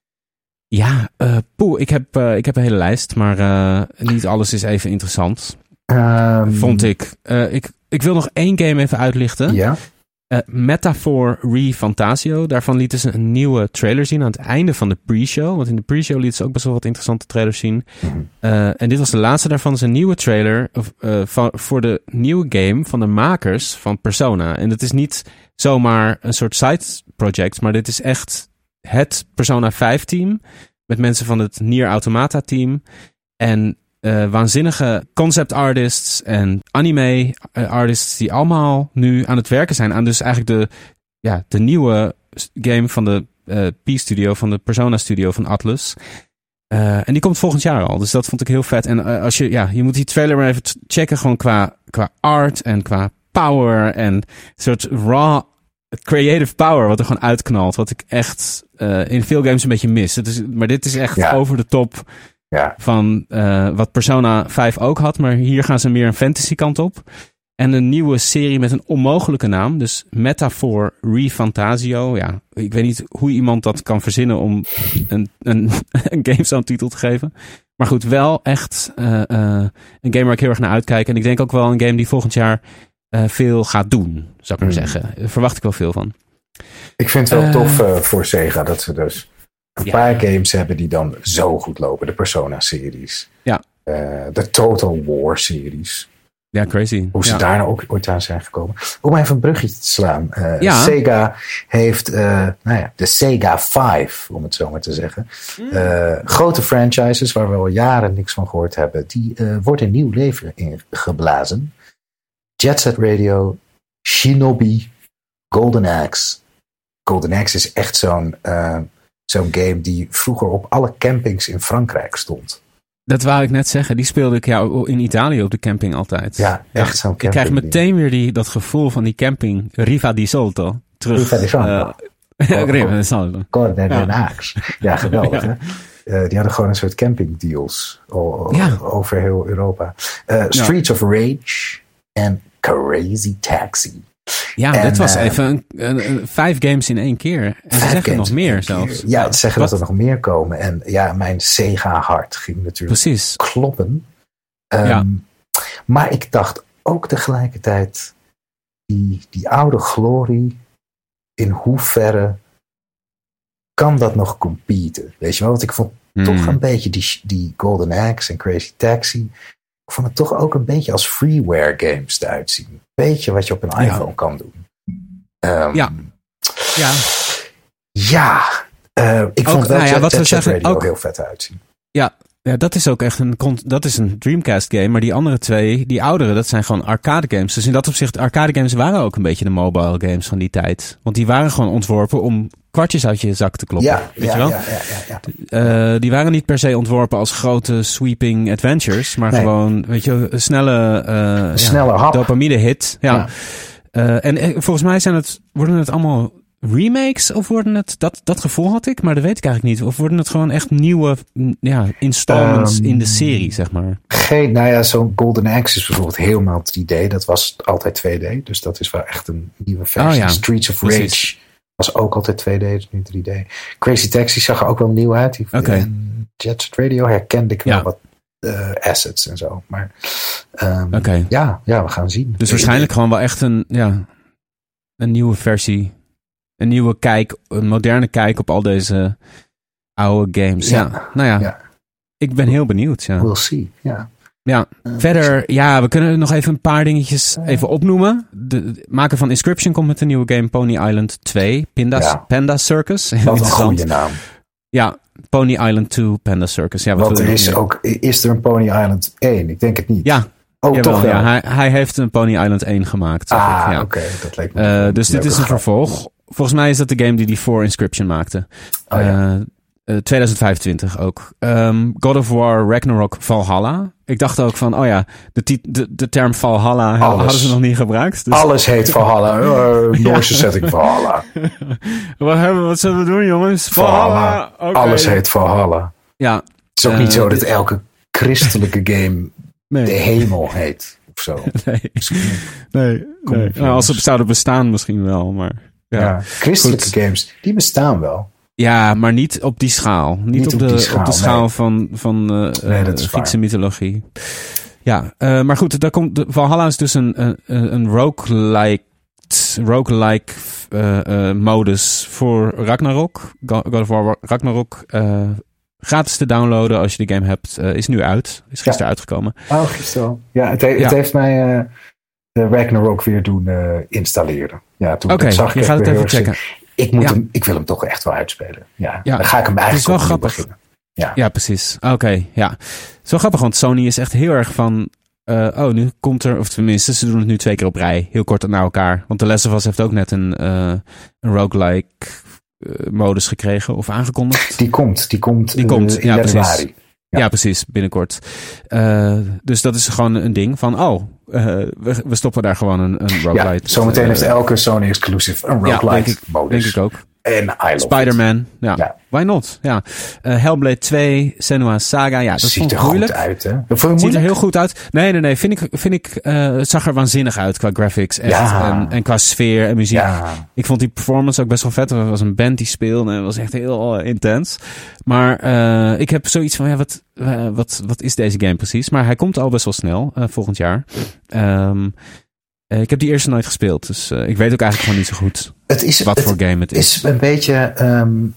Ja, uh, poeh, ik heb, uh, ik heb een hele lijst. Maar uh, niet alles is even interessant. Um, Vond ik. Uh, ik. Ik wil nog één game even uitlichten. Ja. Uh, Metaphor ReFantasio. Daarvan lieten ze een nieuwe trailer zien aan het einde van de pre-show. Want in de pre-show lieten ze ook best wel wat interessante trailers zien. Mm-hmm. Uh, en dit was de laatste daarvan. Het is een nieuwe trailer uh, van, voor de nieuwe game van de makers van Persona. En het is niet zomaar een soort side project. Maar dit is echt het Persona vijf team. Met mensen van het Nier Automata team. En Uh, waanzinnige concept artists en anime artists die allemaal nu aan het werken zijn aan dus eigenlijk de, ja, de nieuwe game van de uh, P-studio, van de Persona studio van Atlus. Uh, en die komt volgend jaar al, dus dat vond ik heel vet. En uh, als je, ja, je moet die trailer maar even checken, gewoon qua, qua art en qua power en een soort raw creative power wat er gewoon uitknalt, wat ik echt uh, in veel games een beetje mis. Het is, maar dit is echt ja. over de top. Ja. Van uh, wat Persona vijf ook had. Maar hier gaan ze meer een fantasy kant op. En een nieuwe serie met een onmogelijke naam. Dus Metaphor ReFantasio. Ja, ik weet niet hoe iemand dat kan verzinnen om een, een, een game zo'n titel te geven. Maar goed, wel echt uh, uh, een game waar ik heel erg naar uitkijk. En ik denk ook wel een game die volgend jaar uh, veel gaat doen. Zou ik maar mm. zeggen. Daar verwacht ik wel veel van. Ik vind het wel uh, tof uh, voor Sega dat ze dus... Een ja. paar games hebben die dan zo goed lopen. De Persona-series. Ja. Uh, de Total War-series. Ja, crazy. Hoe ze ja. daar nou ook ooit aan zijn gekomen. Om even een bruggetje te slaan. Uh, ja. Sega heeft uh, nou ja, de Sega vijf, om het zo maar te zeggen. Mm. Uh, grote franchises waar we al jaren niks van gehoord hebben. Die uh, worden nieuw leven ingeblazen. Jet Set Radio, Shinobi, Golden Axe. Golden Axe is echt zo'n... Uh, Zo'n game die vroeger op alle campings in Frankrijk stond. Dat wou ik net zeggen. Die speelde ik ja, in Italië op de camping altijd. Ja, echt zo'n camping. Ik krijg meteen weer die, dat gevoel van die camping Riva di Solto terug. Riva di Solto. Uh, Riva di Solto. Golden Axe. Ja, geweldig. Ja. Hè? Uh, die hadden gewoon een soort campingdeals o- ja. over heel Europa. Uh, Streets ja. of Rage en Crazy Taxi. Ja, en, dit was uh, even een, een, een, vijf games in één keer. En ze zeggen nog meer zelfs. Ja, ze zeggen Wat? dat er nog meer komen. En ja, mijn Sega-hart ging natuurlijk Precies. kloppen. Um, ja. Maar ik dacht ook tegelijkertijd, die, die oude glorie, in hoeverre kan dat nog competen? Weet je wel, want ik vond mm. toch een beetje die, die Golden Axe en Crazy Taxi, ik vond het toch ook een beetje als freeware games eruit zien. Een beetje wat je op een iPhone ja. kan doen. Um, ja. Ja. Ja. Uh, ik ook, vond wel nou ja, Jet, wat Jet, we Jet zeggen, Radio ook, heel vet uitzien. Ja. Ja, dat is ook echt een, dat is een Dreamcast game. Maar die andere twee, die oudere, dat zijn gewoon arcade games. Dus in dat opzicht, arcade games waren ook een beetje de mobile games van die tijd. Want die waren gewoon ontworpen om kwartjes uit je zak te kloppen. Ja, weet ja, je wel? Ja, ja, ja, ja. Uh, die waren niet per se ontworpen als grote sweeping adventures. Maar nee. gewoon, weet je, een snelle, uh, een snelle ja, hap. dopamine hit. Ja. ja. Uh, en uh, volgens mij zijn het, worden het allemaal remakes of worden het, dat, dat gevoel had ik, maar dat weet ik eigenlijk niet. Of worden het gewoon echt nieuwe ja, installments um, in de serie, zeg maar? Geen, nou ja, zo'n Golden Axe is bijvoorbeeld helemaal drie D. Dat was altijd twee D, dus dat is wel echt een nieuwe versie. Oh, ja. Streets of Rage Precies. was ook altijd twee D, dus nu drie D. Crazy Taxi zag er ook wel nieuw uit. Die, okay. En Jet Set Radio herkende ik wel ja. wat uh, assets en zo. Maar um, okay. ja, ja, we gaan zien. Dus waarschijnlijk gewoon wel echt een, ja, een nieuwe versie. Een nieuwe kijk, een moderne kijk op al deze oude games. Ja, ja. nou ja, ja, ik ben heel benieuwd. Ja. We'll see, ja. Ja, uh, verder, ja, we kunnen nog even een paar dingetjes uh, even opnoemen. De, de maker van Inscription komt met een nieuwe game, Pony Island twee, Panda, ja. Panda Circus. Wat een goede naam. Ja, Pony Island twee, Panda Circus. Ja, wat Want er is ook, is er een Pony Island één? Ik denk het niet. Ja. Oh, Jawel, toch wel. Ja, hij, hij heeft een Pony Island één gemaakt. Ah, ja. oké. Okay, dat leek me. Uh, dus dit is een grap. vervolg. Volgens mij is dat de game die die voor Inscription maakte. Oh, ja. uh, uh, tweeduizend vijfentwintig ook. Um, God of War Ragnarok Valhalla. Ik dacht ook van, oh ja, de, tit- de, de term Valhalla Alles. hadden ze nog niet gebruikt. Dus... Alles heet Valhalla. Uh, Noorse ja. setting Valhalla. wat, hebben, wat zullen we doen, jongens? Valhalla. Valhalla. Okay. Alles heet Valhalla. Ja. Het is ook uh, niet zo dat elke christelijke game nee. de hemel heet. Of zo. Nee. nee. nee. Nou, als ze zouden bestaan misschien wel, maar... Ja, ja, christelijke Goed. games, die bestaan wel. Ja, maar niet op die schaal. Niet, niet op, op, de, schaal, op de schaal nee. van, van uh, nee, dat is Griekse waar. mythologie. Ja, uh, maar goed, daar komt de, Valhalla is dus een, een, een roguelike, roguelike uh, uh, modus voor Ragnarok. God of War Ragnarok. Uh, gratis te downloaden als je de game hebt. Uh, is nu uit. Is gisteren ja. uitgekomen. Oh, gisteren. Ja, het, he- ja. het heeft mij... Uh, de Ragnarok weer doen uh, installeren. Ja, toen okay, zag ik je gaat het even checken. Ik, moet ja. hem, ik wil hem toch echt wel uitspelen. Ja, ja. Dan ga ik hem eigenlijk opnieuw beginnen. Ja, ja precies. Oké, okay, ja. Zo grappig, want Sony is echt heel erg van... Uh, oh, nu komt er... Of tenminste, ze doen het nu twee keer op rij. Heel kort na elkaar. Want The Last of Us heeft ook net een, uh, een roguelike uh, modus gekregen. Of aangekondigd. Die komt. Die komt, die komt. Uh, in ja, januari. Precies. Ja. ja, precies. Binnenkort. Uh, dus dat is gewoon een ding van... Oh, uh, we, we stoppen daar gewoon een, een roguelite. Ja, zometeen uh, heeft elke Sony exclusive een roguelite ja, denk ik, modus. Denk ik ook. En Spider-Man. Ja. ja. Why not? Ja. Uh, Hellblade twee, Senua's Saga. Ja, dat ziet er moeilijk. goed uit, hè? Dat vond je ziet er heel goed uit. Nee, nee, nee. Vind ik, vind ik, uh, het zag er waanzinnig uit qua graphics. Echt. Ja. En, en qua sfeer en muziek. Ja. Ik vond die performance ook best wel vet. Er was een band die speelde. En het was echt heel uh, intens. Maar uh, ik heb zoiets van, ja, wat, uh, wat, wat is deze game precies? Maar hij komt al best wel snel, uh, volgend jaar. Um, Uh, ik heb die eerste nooit gespeeld, dus uh, ik weet ook eigenlijk gewoon niet zo goed het is, wat het voor game het is. Het is een beetje, um,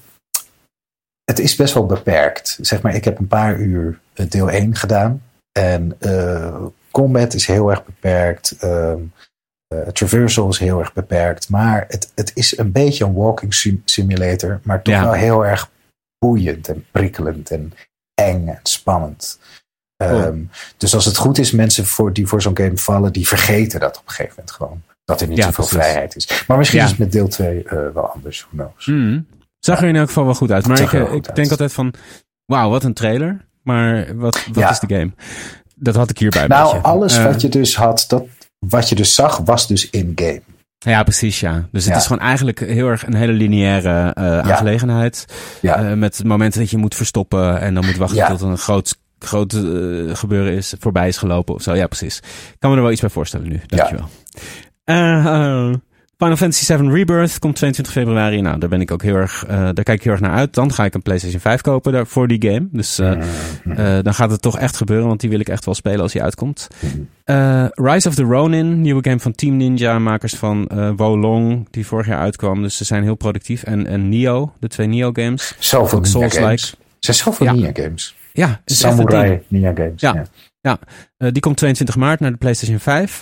het is best wel beperkt. Zeg maar, ik heb een paar uur deel één gedaan en uh, combat is heel erg beperkt, um, uh, traversal is heel erg beperkt, maar het, het is een beetje een walking sim- simulator, maar toch ja. wel heel erg boeiend en prikkelend en eng en spannend. Um, oh. Dus als het goed is, mensen voor, die voor zo'n game vallen, die vergeten dat op een gegeven moment gewoon. Dat er niet ja, zoveel precies. vrijheid is. Maar misschien ja. is het met deel twee uh, wel anders. Who knows. Mm. Zag er in elk geval wel goed uit. Maar ik, ik denk uit. altijd van, wauw, wat een trailer. Maar wat, wat ja. is de game? Dat had ik hierbij. Nou, alles uh, wat je dus had, dat, wat je dus zag, was dus in-game. Ja, precies, ja. Dus het ja. is gewoon eigenlijk heel erg een hele lineaire uh, ja. aangelegenheid. Ja. Uh, met momenten dat je moet verstoppen en dan moet wachten ja. tot een groot, groot uh, gebeuren is, voorbij is gelopen of zo. Ja, precies. Ik kan me er wel iets bij voorstellen nu. Dankjewel. Ja. Uh, uh, Final Fantasy seven Rebirth komt tweeëntwintig februari. Nou, daar ben ik ook heel erg, uh, daar kijk ik heel erg naar uit. Dan ga ik een PlayStation five kopen daar, voor die game. Dus uh, uh, dan gaat het toch echt gebeuren, want die wil ik echt wel spelen als die uitkomt. Uh, Rise of the Ronin, nieuwe game van Team Ninja, makers van uh, Wo Long, die vorig jaar uitkwam. Dus ze zijn heel productief. En, en Nioh, de twee Nioh games. Zoveel Ninja games. Er zijn zoveel ja. Ninja games. Ja, Samurai Ninja games. Ja, ja. ja. Uh, die komt tweeëntwintig maart naar de PlayStation five.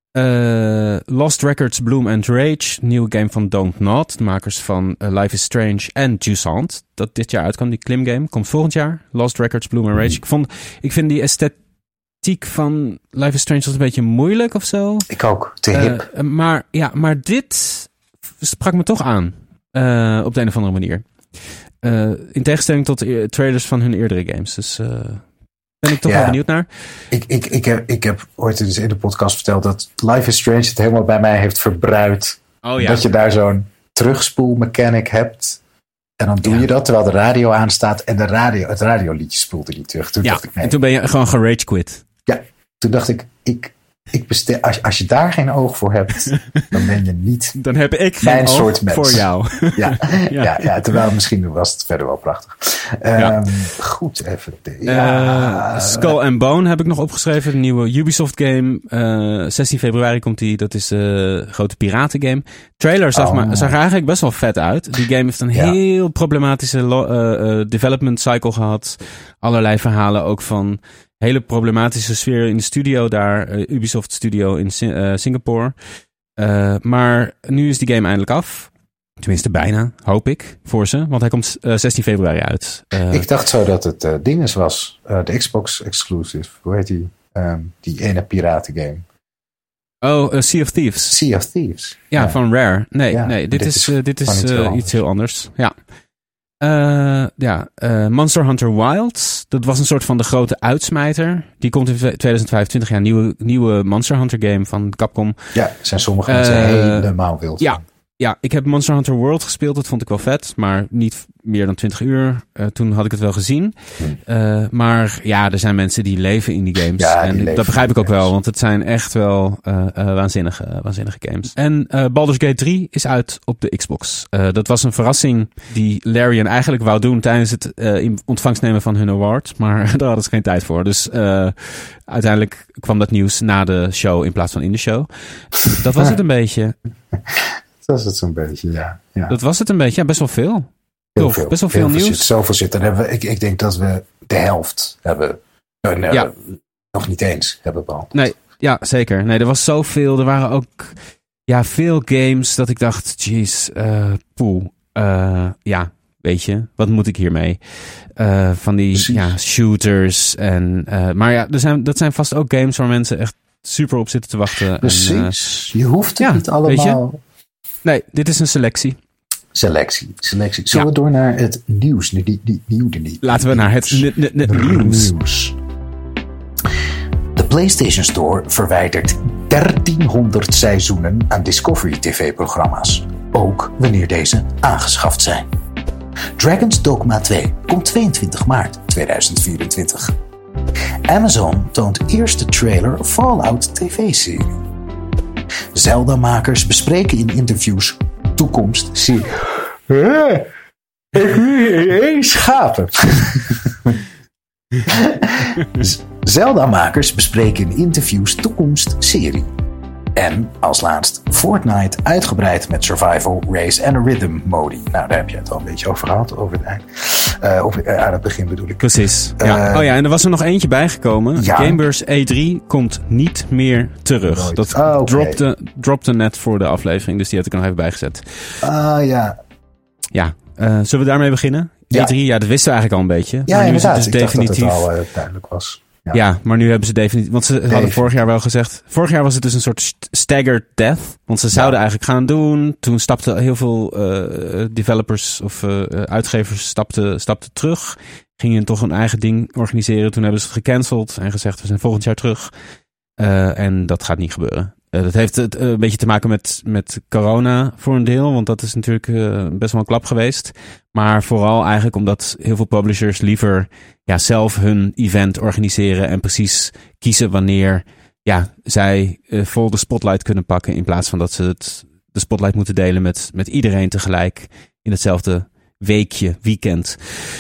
Uh, Lost Records, Bloom and Rage, nieuwe game van Don't Nod, de makers van uh, Life is Strange en Jusant, dat dit jaar uitkwam, die klimgame, komt volgend jaar. Lost Records, Bloom and Rage. Ik, vond, ik vind die esthetiek van Life is Strange was een beetje moeilijk of zo. Ik ook, te hip. Uh, maar, ja, maar dit sprak me toch aan, uh, op de een of andere manier. Uh, in tegenstelling tot de trailers van hun eerdere games, dus... Uh, ben ik toch ja, wel benieuwd naar. Ik, ik, ik, heb, ik heb ooit eens in de podcast verteld dat Life is Strange het helemaal bij mij heeft verbruikt. Oh, ja. Dat je daar zo'n terugspoelmechanic hebt. En dan doe ja. je dat terwijl de radio aanstaat en de radio, het radioliedje spoelt er niet terug. Toen ja, dacht ik, nee. En toen ben je gewoon gerage quit. Ja, toen dacht ik, ik, ik bestel, als, als je daar geen oog voor hebt, dan ben je niet dan heb ik geen mijn oog soort mens. Voor jou. Ja, ja. ja, ja, terwijl misschien was het verder wel prachtig. Um, ja. Goed, even. De, ja. uh, Skull and Bone heb ik nog opgeschreven. Een nieuwe Ubisoft game. Uh, zestien februari komt die. Dat is de uh, grote piratengame. Trailer zag, oh. maar, zag er eigenlijk best wel vet uit. Die game heeft een ja. heel problematische lo- uh, uh, development cycle gehad. Allerlei verhalen ook van hele problematische sfeer in de studio daar. Uh, Ubisoft Studio in uh, Singapore. Uh, maar nu is die game eindelijk af. Tenminste bijna, hoop ik, voor ze. Want hij komt uh, zestien februari uit. Uh, ik dacht zo dat het uh, dinges was. Uh, de Xbox exclusive. Hoe heet die? Um, die ene piratengame. Oh, uh, Sea of Thieves. Sea of Thieves. Ja, ja. van Rare. Nee, ja, nee dit, dit is, uh, dit is iets, uh, heel iets heel anders. Ja. Uh, ja, uh, Monster Hunter Wilds. Dat was een soort van de grote uitsmijter. Die komt in tweeduizend vijfentwintig. Ja, nieuwe, nieuwe Monster Hunter game van Capcom. Ja, zijn sommige mensen uh, helemaal wild. Ja. Ja, ik heb Monster Hunter World gespeeld. Dat vond ik wel vet. Maar niet meer dan twintig uur. Uh, toen had ik het wel gezien. Uh, maar ja, er zijn mensen die leven in die games. Ja, en die dat begrijp ik ook games. wel. Want het zijn echt wel uh, uh, waanzinnige, uh, waanzinnige games. En uh, Baldur's Gate drie is uit op de Xbox. Uh, dat was een verrassing die Larian eigenlijk wou doen tijdens het uh, in ontvangst nemen van hun award. Maar daar hadden ze geen tijd voor. Dus uh, uiteindelijk kwam dat nieuws na de show in plaats van in de show. Dat was het een beetje. Dat is het zo'n beetje, ja. ja. Dat was het een beetje, ja, best wel veel. Heel Toch, veel. Best wel veel heel nieuws. Veel zit, zoveel zit. Dan hebben we, ik, ik denk dat we de helft hebben. Uh, nee, ja. Nog niet eens hebben behandeld. Nee, ja, zeker. Nee, er was zoveel. Er waren ook ja, veel games dat ik dacht, jeez, uh, poeh. Uh, ja, weet je, wat moet ik hiermee? Uh, van die ja, shooters. En, uh, maar ja, er zijn, dat zijn vast ook games waar mensen echt super op zitten te wachten. Precies. En, uh, je hoeft het ja, niet allemaal... Nee, dit is een selectie. Selectie, selectie. Zullen ja. we door naar het nieuws? Nu, die, die, nieuw, die, die, Laten we naar het n- n- n- nieuws. nieuws. De PlayStation Store verwijdert dertienhonderd seizoenen aan Discovery T V-programma's. Ook wanneer deze aangeschaft zijn. Dragon's Dogma twee komt tweeëntwintig maart tweeduizend vierentwintig. Amazon toont eerste trailer Fallout T V-serie. Zelda-makers bespreken in interviews toekomst. Zie je. Schapen. Zelda-makers bespreken in interviews toekomst serie. En als laatst Fortnite uitgebreid met survival, race en rhythm modi. Nou, daar heb je het al een beetje over gehad over het eind. Uh, of, uh, aan het begin bedoel ik. Precies. Ja. Uh, oh ja, en er was er nog eentje bijgekomen. Ja. Gamebeurs E drie komt niet meer terug. Nooit. Dat oh, okay. dropte, dropte net voor de aflevering, dus die had ik er nog even bijgezet. Ah uh, ja. Ja, uh, zullen we daarmee beginnen? Ja. E drie, ja, dat wisten we eigenlijk al een beetje. Ja, maar nu inderdaad. Is het dus ik definitief... dacht dat het al uh, duidelijk was. Ja. ja, maar nu hebben ze definitief... Want ze Definitief. hadden vorig jaar wel gezegd... Vorig jaar was het dus een soort staggered death. Want ze zouden ja. eigenlijk gaan doen. Toen stapten heel veel uh, developers of uh, uitgevers stapten, stapten terug. Gingen toch een eigen ding organiseren. Toen hebben ze het gecanceld en gezegd... we zijn volgend jaar terug. Uh, en dat gaat niet gebeuren. Uh, dat heeft het, uh, een beetje te maken met, met corona voor een deel. Want dat is natuurlijk uh, best wel een klap geweest. Maar vooral eigenlijk omdat heel veel publishers liever ja, zelf hun event organiseren. En precies kiezen wanneer ja, zij uh, vol de spotlight kunnen pakken. In plaats van dat ze het, de spotlight moeten delen met, met iedereen tegelijk. In hetzelfde weekje, weekend.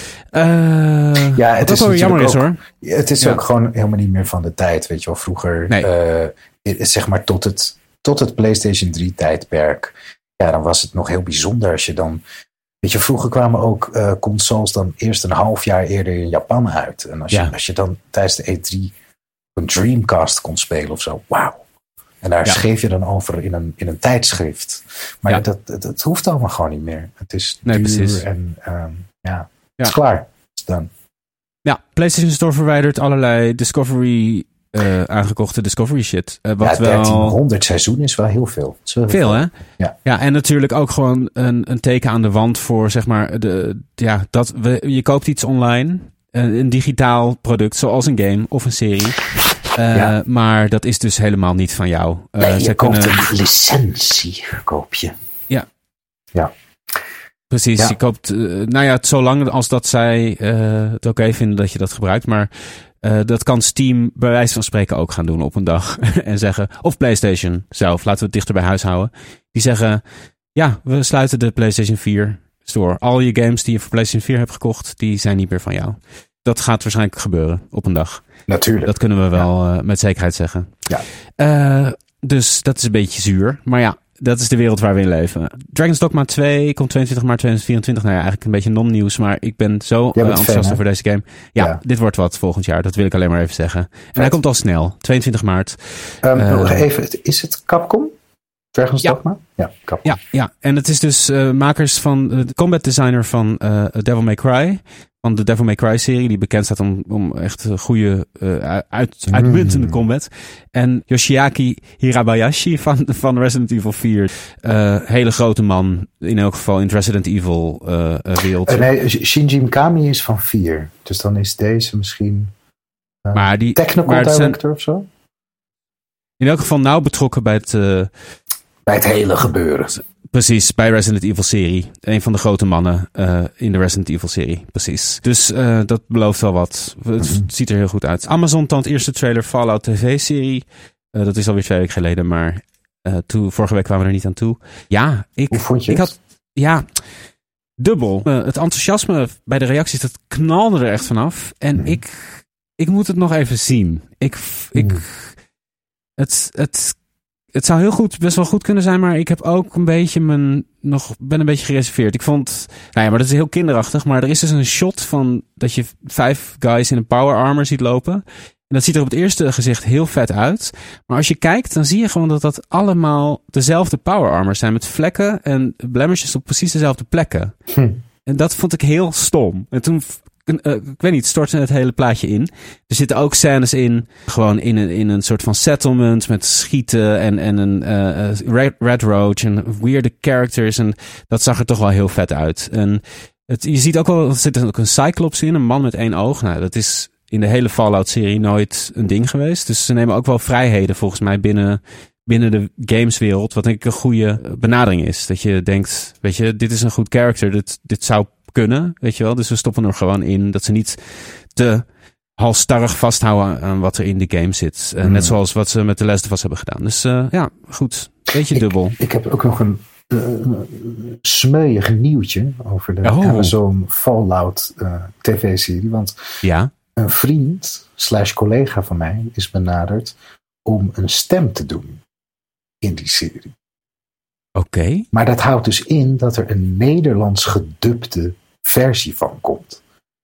Uh, ja, het is wel jammer is, hoor. Het is ja. ook gewoon helemaal niet meer van de tijd. Weet je wel, vroeger, nee. uh, zeg maar tot het, tot het PlayStation drie tijdperk. Ja, dan was het nog heel bijzonder als je dan... Weet je, vroeger kwamen ook uh, consoles dan eerst een half jaar eerder in Japan uit. En als, ja. je, als je dan tijdens de E drie een Dreamcast kon spelen of zo, wauw. En daar ja. schreef je dan over in een, in een tijdschrift. Maar ja. dat, dat, dat hoeft allemaal gewoon niet meer. Het is nee, duur precies. en um, ja, ja, het is klaar. Het is dan. Ja, PlayStation Store verwijdert allerlei Discovery uh, aangekochte Discovery shit. Uh, wat ja, dertienhonderd seizoen is wel heel veel. Is wel veel, veel, hè? Ja. ja, en natuurlijk ook gewoon een, een teken aan de wand voor, zeg maar, de, ja, dat we, je koopt iets online, een, een digitaal product, zoals een game of een serie. Uh, ja. Maar dat is dus helemaal niet van jou. Uh, nee, je koopt kunnen... een licentie, koop je. Ja. Ja. Precies, ja. je koopt, uh, nou ja, zolang als dat zij uh, het oké vinden dat je dat gebruikt. Maar uh, dat kan Steam bij wijze van spreken ook gaan doen op een dag. en zeggen, of PlayStation zelf, laten we het dichter bij huis houden. Die zeggen, ja, we sluiten de PlayStation vier store. Al je games die je voor PlayStation vier hebt gekocht, die zijn niet meer van jou. Dat gaat waarschijnlijk gebeuren op een dag. Natuurlijk. Dat kunnen we wel ja. uh, met zekerheid zeggen. Ja. Uh, dus dat is een beetje zuur. Maar ja, dat is de wereld waar we in leven. Dragon's Dogma twee komt tweeëntwintig maart tweeduizend vierentwintig. Nou ja, eigenlijk een beetje non-nieuws. Maar ik ben zo uh, enthousiast fan, over deze game. Ja, ja, dit wordt wat volgend jaar. Dat wil ik alleen maar even zeggen. En Vet. Hij komt al snel. tweeëntwintig maart. Um, uh, nog even. Is het Capcom? Dragon's ja. Dogma? Ja, Capcom. Ja, ja, en het is dus uh, makers van... Uh, de combat designer van uh, Devil May Cry... Van de Devil May Cry serie, die bekend staat om, om echt goede, uh, uit, uitmuntende mm. combat. En Yoshiaki Hirabayashi van, van Resident Evil vier. Uh, hele grote man, in elk geval in het Resident Evil uh, wereld. Uh, nee, Shinji Mikami is van vier. Dus dan is deze misschien uh, maar die, technical maar director zijn, of zo? In elk geval nauw betrokken bij het... Uh, bij het hele gebeuren. Precies, bij Resident Evil serie. Een van de grote mannen uh, in de Resident Evil serie. Precies. Dus uh, dat belooft wel wat. Het mm-hmm. ziet er heel goed uit. Amazon toont eerste trailer Fallout T V-serie. Uh, dat is alweer twee weken geleden, maar uh, toen, vorige week kwamen we er niet aan toe. Ja, ik... Hoe vond je ik het? had, ja, dubbel. Uh, het enthousiasme bij de reacties, dat knalde er echt vanaf. En mm. ik, ik moet het nog even zien. Ik... ik mm. Het... het Het zou heel goed, best wel goed kunnen zijn, maar ik heb ook een beetje mijn, nog, ben een beetje gereserveerd. Ik vond, nou ja, maar dat is heel kinderachtig, maar er is dus een shot van dat je vijf guys in een power armor ziet lopen. En dat ziet er op het eerste gezicht heel vet uit. Maar als je kijkt, dan zie je gewoon dat dat allemaal dezelfde power armor zijn met vlekken en blemishes op precies dezelfde plekken. Hm. En dat vond ik heel stom. En toen... Uh, ik weet niet, stortte het hele plaatje in. Er zitten ook scènes in, gewoon in een, in een soort van settlement met schieten en, en een uh, Red, Red Roach en weirde characters. En dat zag er toch wel heel vet uit. En het, je ziet ook wel, er zit ook een Cyclops in, een man met één oog. Nou, dat is in de hele Fallout-serie nooit een ding geweest. Dus ze nemen ook wel vrijheden volgens mij binnen, binnen de gameswereld. Wat denk ik een goede benadering is. Dat je denkt, weet je, dit is een goed character. Dit, dit zou kunnen, weet je wel. Dus we stoppen er gewoon in dat ze niet te halstarrig vasthouden aan wat er in de game zit. Uh, mm. Net zoals wat ze met The Last of Us hebben gedaan. Dus uh, ja, goed. Beetje ik, dubbel. Ik heb ook nog een uh, smeuïg nieuwtje over de oh. Amazon Fallout uh, tv-serie. Want ja? een vriend slash collega van mij is benaderd om een stem te doen in die serie. Oké. Okay. Maar dat houdt dus in dat er een Nederlands gedubte versie van komt.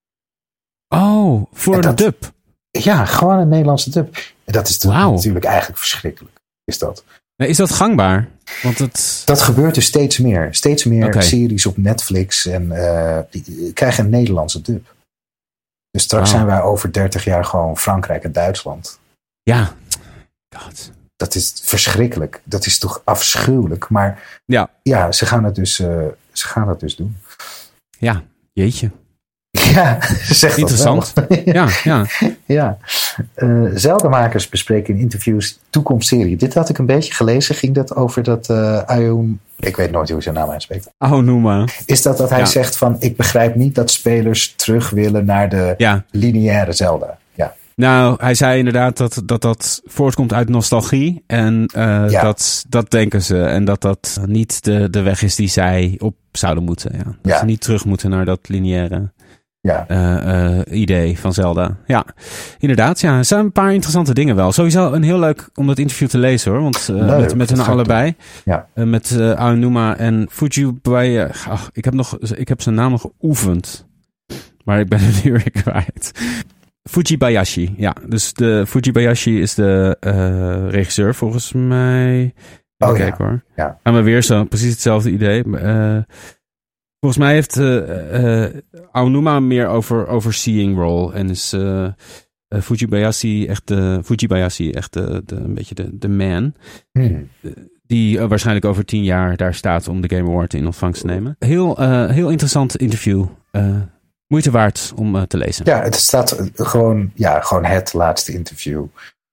Oh, voor dat, de dub? Ja, gewoon een Nederlandse dub. En dat is wow. natuurlijk eigenlijk verschrikkelijk. Is dat? Is dat gangbaar? Want het... Dat gebeurt dus steeds meer. Steeds meer okay. series op Netflix en uh, die krijgen een Nederlandse dub. Dus straks wow. zijn wij over dertig jaar gewoon Frankrijk en Duitsland. Ja. God. Dat is verschrikkelijk. Dat is toch afschuwelijk. Maar ja, ja ze, gaan het dus, uh, ze gaan het dus doen. Ja, jeetje. Ja, zeg interessant. Dat wel. ja, ja. ja. Uh, Zelda-makers bespreken in interviews toekomstserie. Dit had ik een beetje gelezen. Ging dat over dat uh, Ayum... Ik weet nooit hoe zijn naam uitspreekt. Aonuma. Is dat dat hij ja. zegt van... Ik begrijp niet dat spelers terug willen naar de ja. lineaire Zelda. Ja. Nou, hij zei inderdaad dat dat, dat voortkomt uit nostalgie. En uh, ja. dat, dat denken ze. En dat dat niet de, de weg is die zij op zouden moeten. Ja. Dat ja. ze niet terug moeten naar dat lineaire ja. uh, uh, idee van Zelda. Ja, inderdaad. Ja, er zijn een paar interessante dingen wel. Sowieso een heel leuk om dat interview te lezen hoor. Want uh, leuk, met, met hun allebei. Ja. Uh, met uh, Aonuma en Fujibayashi. Uh, ach, ik heb nog, ik heb zijn naam nog geoefend. Maar ik ben het nu weer kwijt. Fujibayashi, ja. Dus de Fujibayashi is de uh, regisseur volgens mij. Even oh, kijken ja. hoor. Ja. En maar weer zo, precies hetzelfde idee. Uh, volgens mij heeft uh, uh, Aonuma meer over overseeing role. En is uh, uh, Fujibayashi echt de Fujibayashi echt de, de, een beetje de, de man. Hmm. Die uh, waarschijnlijk over tien jaar daar staat om de Game Award in ontvangst te nemen. Heel, uh, heel interessant interview. Uh, Moeite waard om uh, te lezen. Ja, het staat gewoon, ja, gewoon het laatste interview.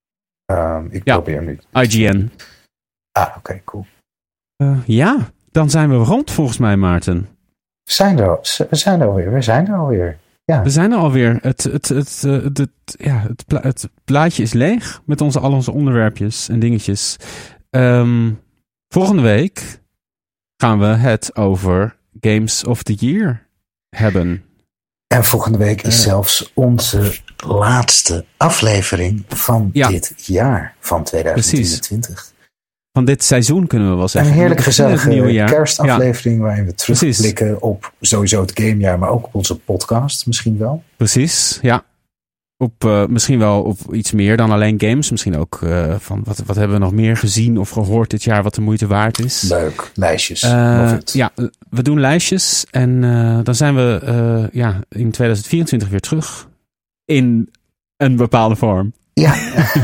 Um, ik ja, probeer nu. I G N. Ah, oké, okay, cool. Uh, ja, dan zijn we rond volgens mij, Maarten. We zijn er, we zijn er alweer. We zijn er alweer. Ja. We zijn er alweer. Het, het, het, het, het, het, ja, het, pla- het plaatje is leeg met onze, al onze onderwerpjes en dingetjes. Um, volgende week gaan we het over Games of the Year hebben. En volgende week is uh, zelfs onze laatste aflevering van ja. dit jaar, van tweeduizend eenentwintig. Precies. Van dit seizoen kunnen we wel zeggen. Een heerlijk gezellige kerstaflevering ja. waarin we terugblikken Precies. op sowieso het gamejaar, maar ook op onze podcast misschien wel. Precies, ja. Op, uh, misschien wel op iets meer dan alleen games. Misschien ook uh, van wat, wat hebben we nog meer gezien of gehoord dit jaar wat de moeite waard is. Leuk, lijstjes. Uh, ja, we doen lijstjes en uh, dan zijn we uh, ja, in tweeduizend vierentwintig weer terug. In een bepaalde vorm. Ja.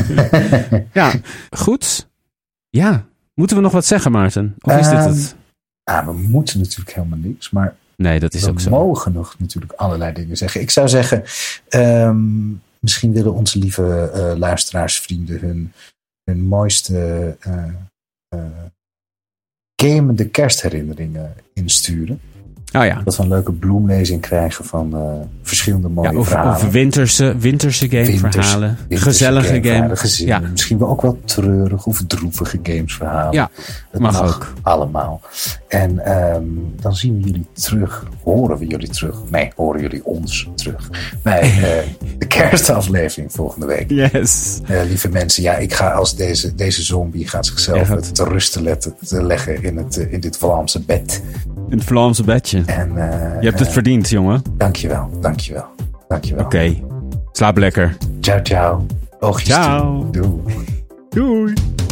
ja, goed. Ja, moeten we nog wat zeggen, Maarten? Of is uh, dit het? Ah, we moeten natuurlijk helemaal niks, maar nee, dat is we ook zo. mogen nog natuurlijk allerlei dingen zeggen. Ik zou zeggen, um, misschien willen onze lieve uh, luisteraarsvrienden hun, hun mooiste uh, uh, gamende kerstherinneringen insturen. Oh ja. Dat we een leuke bloemlezing krijgen van uh, verschillende mooie ja, of, verhalen. Of winterse, winterse gameverhalen. Winters, gezellige gameverhalen. Game, ja. Misschien wel ook wel treurige of droevige gamesverhalen. Ja, dat mag, mag ook. Allemaal. En um, dan zien we jullie terug. Horen we jullie terug. Nee, horen jullie ons terug. Bij uh, de kerstaflevering volgende week. Yes. Uh, lieve mensen, ja, ik ga als deze, deze zombie gaat zichzelf ja, te rusten letten, te leggen in, het, in dit Vlaamse bed. In het Vlaamse bedje. En, uh, je hebt het uh, verdiend, jongen. Dankjewel, dankjewel. Dankjewel. Oké, okay. Slaap lekker. Ciao, ciao. Oogjes ciao. Toe. Doei. Doei.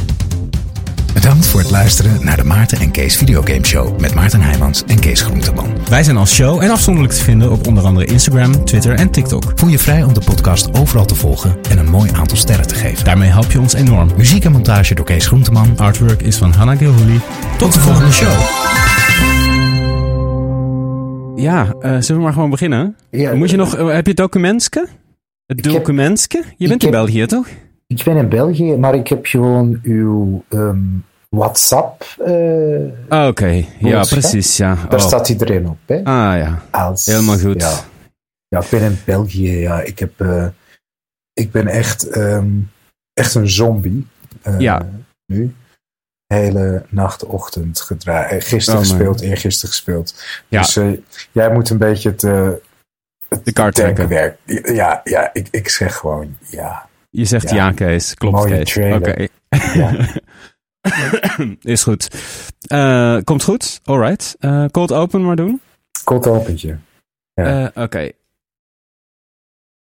Bedankt voor het luisteren naar de Maarten en Kees Videogame Show met Maarten Heijmans en Kees Groenteman. Wij zijn als show en afzonderlijk te vinden op onder andere Instagram, Twitter en TikTok. Voel je vrij om de podcast overal te volgen en een mooi aantal sterren te geven. Daarmee help je ons enorm. Muziek en montage door Kees Groenteman. Artwork is van Hanna Gilhuli. Tot, Tot de volgende show. Ja, uh, zullen we maar gewoon beginnen? Ja, Moet je nog, uh, heb je het documentske? Het documentske? Je bent in heb, België, toch? Ik ben in België, maar ik heb gewoon uw um, WhatsApp. Uh, Oké, okay. Ja, precies. Ja. Daar oh. staat hij erin op. Hè? Ah ja, Als, helemaal goed. Ja. ja, ik ben in België. Ja, ik, heb, uh, ik ben echt, um, echt een zombie. Uh, ja. Nu. Hele nacht, ochtend gedraaid. Gisteren oh, gespeeld, eergisteren gespeeld. Ja. Dus uh, jij moet een beetje het, uh, het de kaart trekken. Werk. Ja, ja ik, ik zeg gewoon ja. Je zegt ja, ja Kees. Klopt, mooie Kees. Oké. Okay. Ja. Is goed. Uh, komt goed. Alright. Uh, cold open maar doen. Cold opentje. Ja. Uh, Oké. Okay.